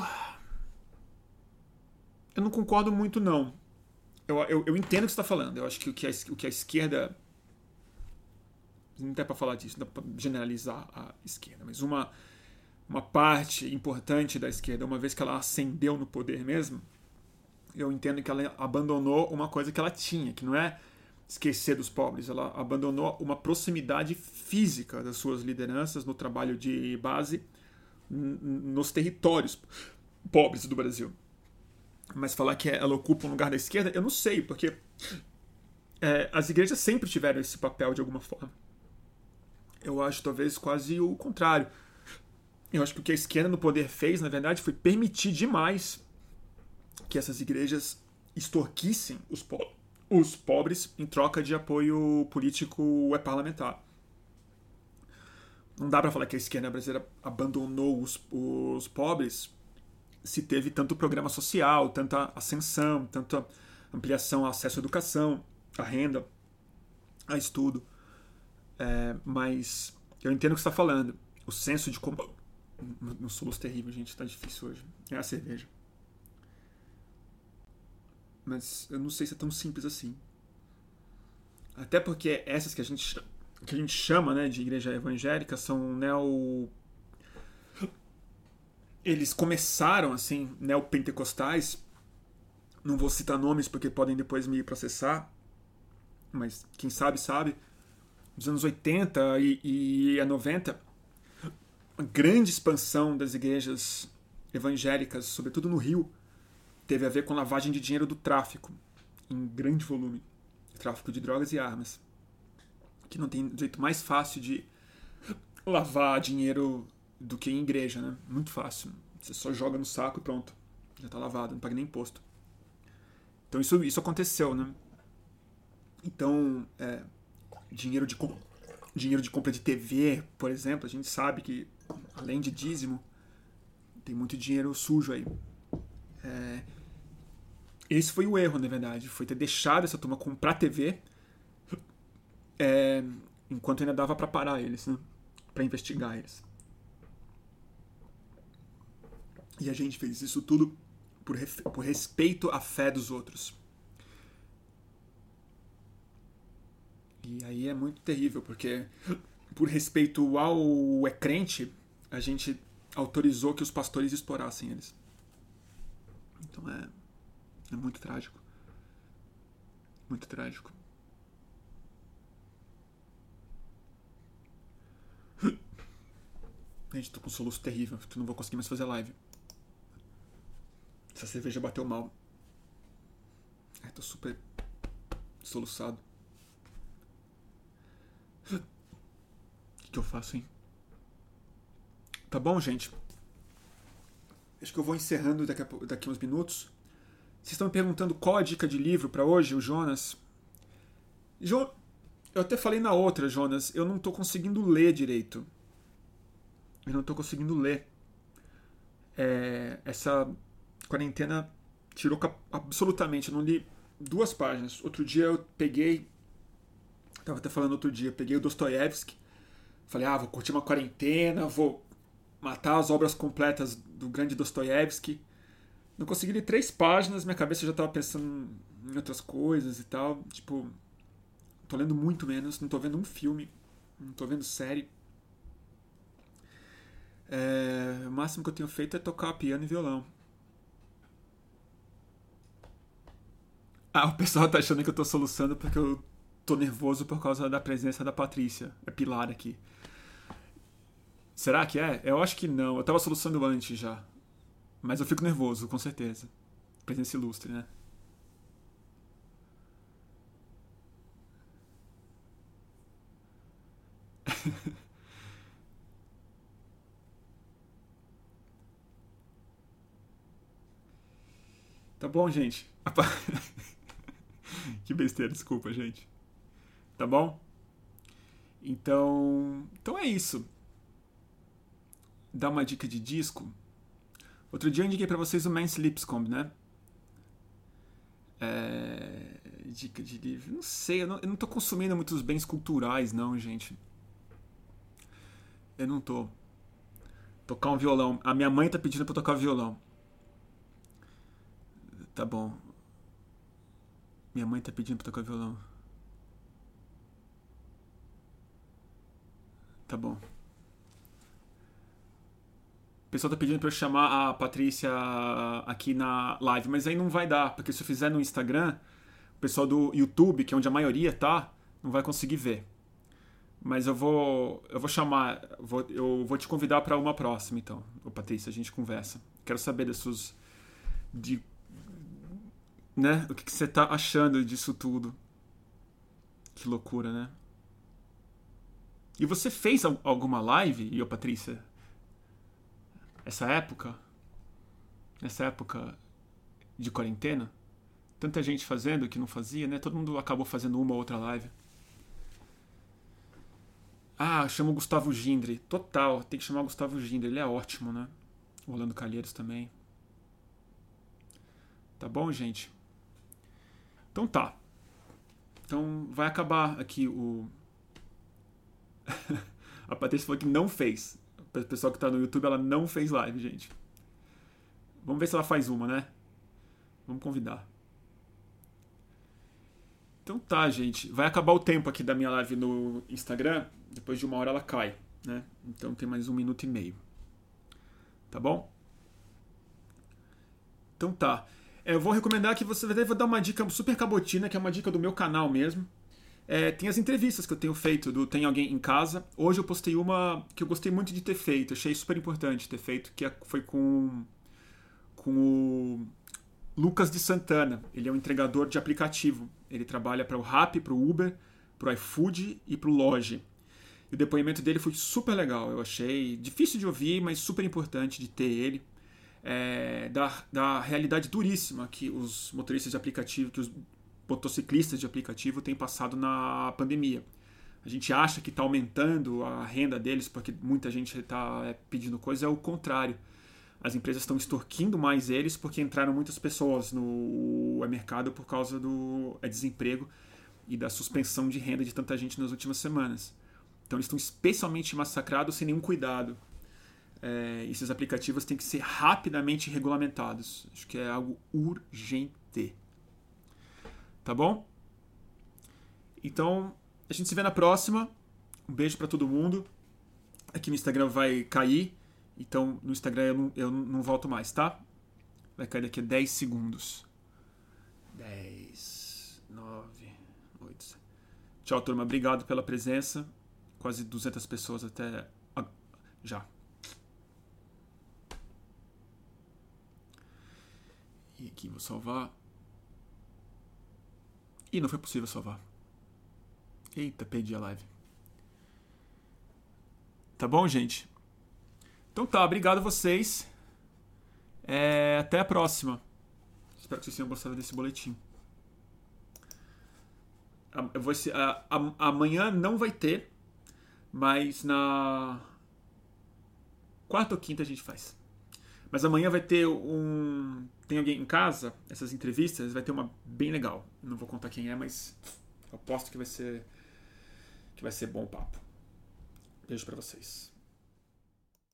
não concordo muito, não. Eu entendo o que você está falando. Eu acho que o que a esquerda... Não dá para falar disso, não dá para generalizar a esquerda. Mas uma parte importante da esquerda, uma vez que ela ascendeu no poder mesmo, eu entendo que ela abandonou uma coisa que ela tinha, que não é esquecer dos pobres. Ela abandonou uma proximidade física das suas lideranças no trabalho de base nos territórios pobres do Brasil. Mas falar que ela ocupa um lugar da esquerda, eu não sei, porque as igrejas sempre tiveram esse papel de alguma forma. Eu acho talvez quase o contrário. Eu acho que o que a esquerda no poder fez, na verdade, foi permitir demais que essas igrejas extorquissem os pobres em troca de apoio político e parlamentar. Não dá para falar que a esquerda brasileira abandonou os pobres se teve tanto programa social, tanta ascensão, tanta ampliação ao acesso à educação, à renda, a estudo. Mas eu entendo o que você está falando. O senso de como... Um soluço terrível, gente. Está difícil hoje. É a cerveja. Mas eu não sei se é tão simples assim. Até porque essas que a gente chama, né, de igreja evangélica são eles começaram assim, neopentecostais. Não vou citar nomes porque podem depois me processar, mas quem sabe sabe. Nos anos 80 e 90, a grande expansão das igrejas evangélicas, sobretudo no Rio, teve a ver com lavagem de dinheiro do tráfico, em grande volume. Tráfico de drogas e armas. Que não tem jeito mais fácil de lavar dinheiro do que em igreja, né? Muito fácil. Você só joga no saco e pronto. Já tá lavado, não paga nem imposto. Então isso aconteceu, né? Então, dinheiro de compra de TV, por exemplo, a gente sabe que, além de dízimo, tem muito dinheiro sujo aí. Esse foi o erro, na verdade. Foi ter deixado essa turma comprar TV enquanto ainda dava pra parar eles, né? Pra investigar eles. E a gente fez isso tudo por respeito à fé dos outros. E aí é muito terrível, porque por respeito ao crente, a gente autorizou que os pastores explorassem eles. Então é muito trágico. Muito trágico. Gente, tô com um soluço terrível, que não vou conseguir mais fazer live. Essa cerveja bateu mal. Tô super soluçado. O que eu faço, hein? Tá bom, gente? Acho que eu vou encerrando daqui uns minutos. Vocês estão me perguntando qual a dica de livro pra hoje, o Jonas. Eu até falei na outra, Jonas. Eu não tô conseguindo ler direito. Eu não tô conseguindo ler. Essa quarentena tirou absolutamente. Eu não li 2 páginas. Outro dia eu peguei. Tava até falando outro dia. Peguei o Dostoiévski. Falei, vou curtir uma quarentena. Vou matar as obras completas do grande Dostoiévski. Não consegui ler 3 páginas. Minha cabeça já tava pensando em outras coisas e tal. Tipo, tô lendo muito menos. Não tô vendo um filme. Não tô vendo série. O máximo que eu tenho feito é tocar piano e violão. O pessoal tá achando que eu tô soluçando porque eu tô nervoso por causa da presença da Patrícia. É Pilar aqui. Será que é? Eu acho que não. Eu tava soluçando antes já. Mas eu fico nervoso, com certeza. Presença ilustre, né? Tá bom, gente. Que besteira, desculpa, gente. Tá bom? Então é isso. Dá uma dica de disco. Outro dia eu indiquei pra vocês o Mance Lipscomb, né? Dica de livro. Não sei, eu não tô consumindo muitos bens culturais, não, gente. Eu não tô. Tocar um violão. A minha mãe tá pedindo pra eu tocar violão. Tá bom. Minha mãe tá pedindo pra tocar violão. Tá bom. O pessoal tá pedindo pra eu chamar a Patrícia aqui na live, mas aí não vai dar, porque se eu fizer no Instagram, o pessoal do YouTube, que é onde a maioria tá, não vai conseguir ver. Mas eu vou chamar, eu vou te convidar pra uma próxima, então. Ô, Patrícia, a gente conversa. Quero saber né? O que você tá achando disso tudo? Que loucura, né? E você fez alguma live, ô Patrícia? Nessa época de quarentena? Tanta gente fazendo que não fazia, né? Todo mundo acabou fazendo uma ou outra live. Ah, chama o Gustavo Gindre. Total, tem que chamar o Gustavo Gindre. Ele é ótimo, né? O Orlando Calheiros também. Tá bom, gente? Então tá. Então vai acabar aqui o... A Patrícia falou que não fez. O pessoal que tá no YouTube, ela não fez live, gente. Vamos ver se ela faz uma, né? Vamos convidar. Então tá, gente. Vai acabar o tempo aqui da minha live no Instagram. Depois de 1 hora ela cai, né? Então tem mais 1 minuto e meio. Tá bom? Então tá. Eu vou recomendar que você deve dar uma dica super cabotina, que é uma dica do meu canal mesmo. Tem as entrevistas que eu tenho feito do Tem Alguém em Casa. Hoje eu postei uma que eu gostei muito de ter feito. Achei super importante ter feito, que foi com o Lucas de Santana. Ele é um entregador de aplicativo. Ele trabalha para o Rappi, para o Uber, para o iFood e para o Logi. E o depoimento dele foi super legal. Eu achei difícil de ouvir, mas super importante de ter ele. Da realidade duríssima que os motoristas de aplicativo, que os motociclistas de aplicativo têm passado na pandemia. A gente acha que está aumentando a renda deles porque muita gente está pedindo coisa, é o contrário. As empresas estão extorquindo mais eles porque entraram muitas pessoas no mercado por causa do desemprego e da suspensão de renda de tanta gente nas últimas semanas. Então eles estão especialmente massacrados sem nenhum cuidado. Esses aplicativos têm que ser rapidamente regulamentados. Acho que é algo urgente. Tá bom? Então, a gente se vê na próxima. Um beijo pra todo mundo. Aqui no Instagram vai cair. Então, no Instagram eu não volto mais, tá? Vai cair daqui a 10 segundos. 10, 9, 8. Tchau, turma. Obrigado pela presença. Quase 200 pessoas até já. E aqui vou salvar. Ih, não foi possível salvar. Eita, perdi a live. Tá bom, gente? Então tá, obrigado a vocês. Até a próxima. Espero que vocês tenham gostado desse boletim. Amanhã não vai ter, mas na quarta ou quinta a gente faz. Mas amanhã vai ter Tem Alguém em Casa, essas entrevistas, vai ter uma bem legal. Não vou contar quem é, mas eu aposto que vai ser bom o papo. Beijo pra vocês.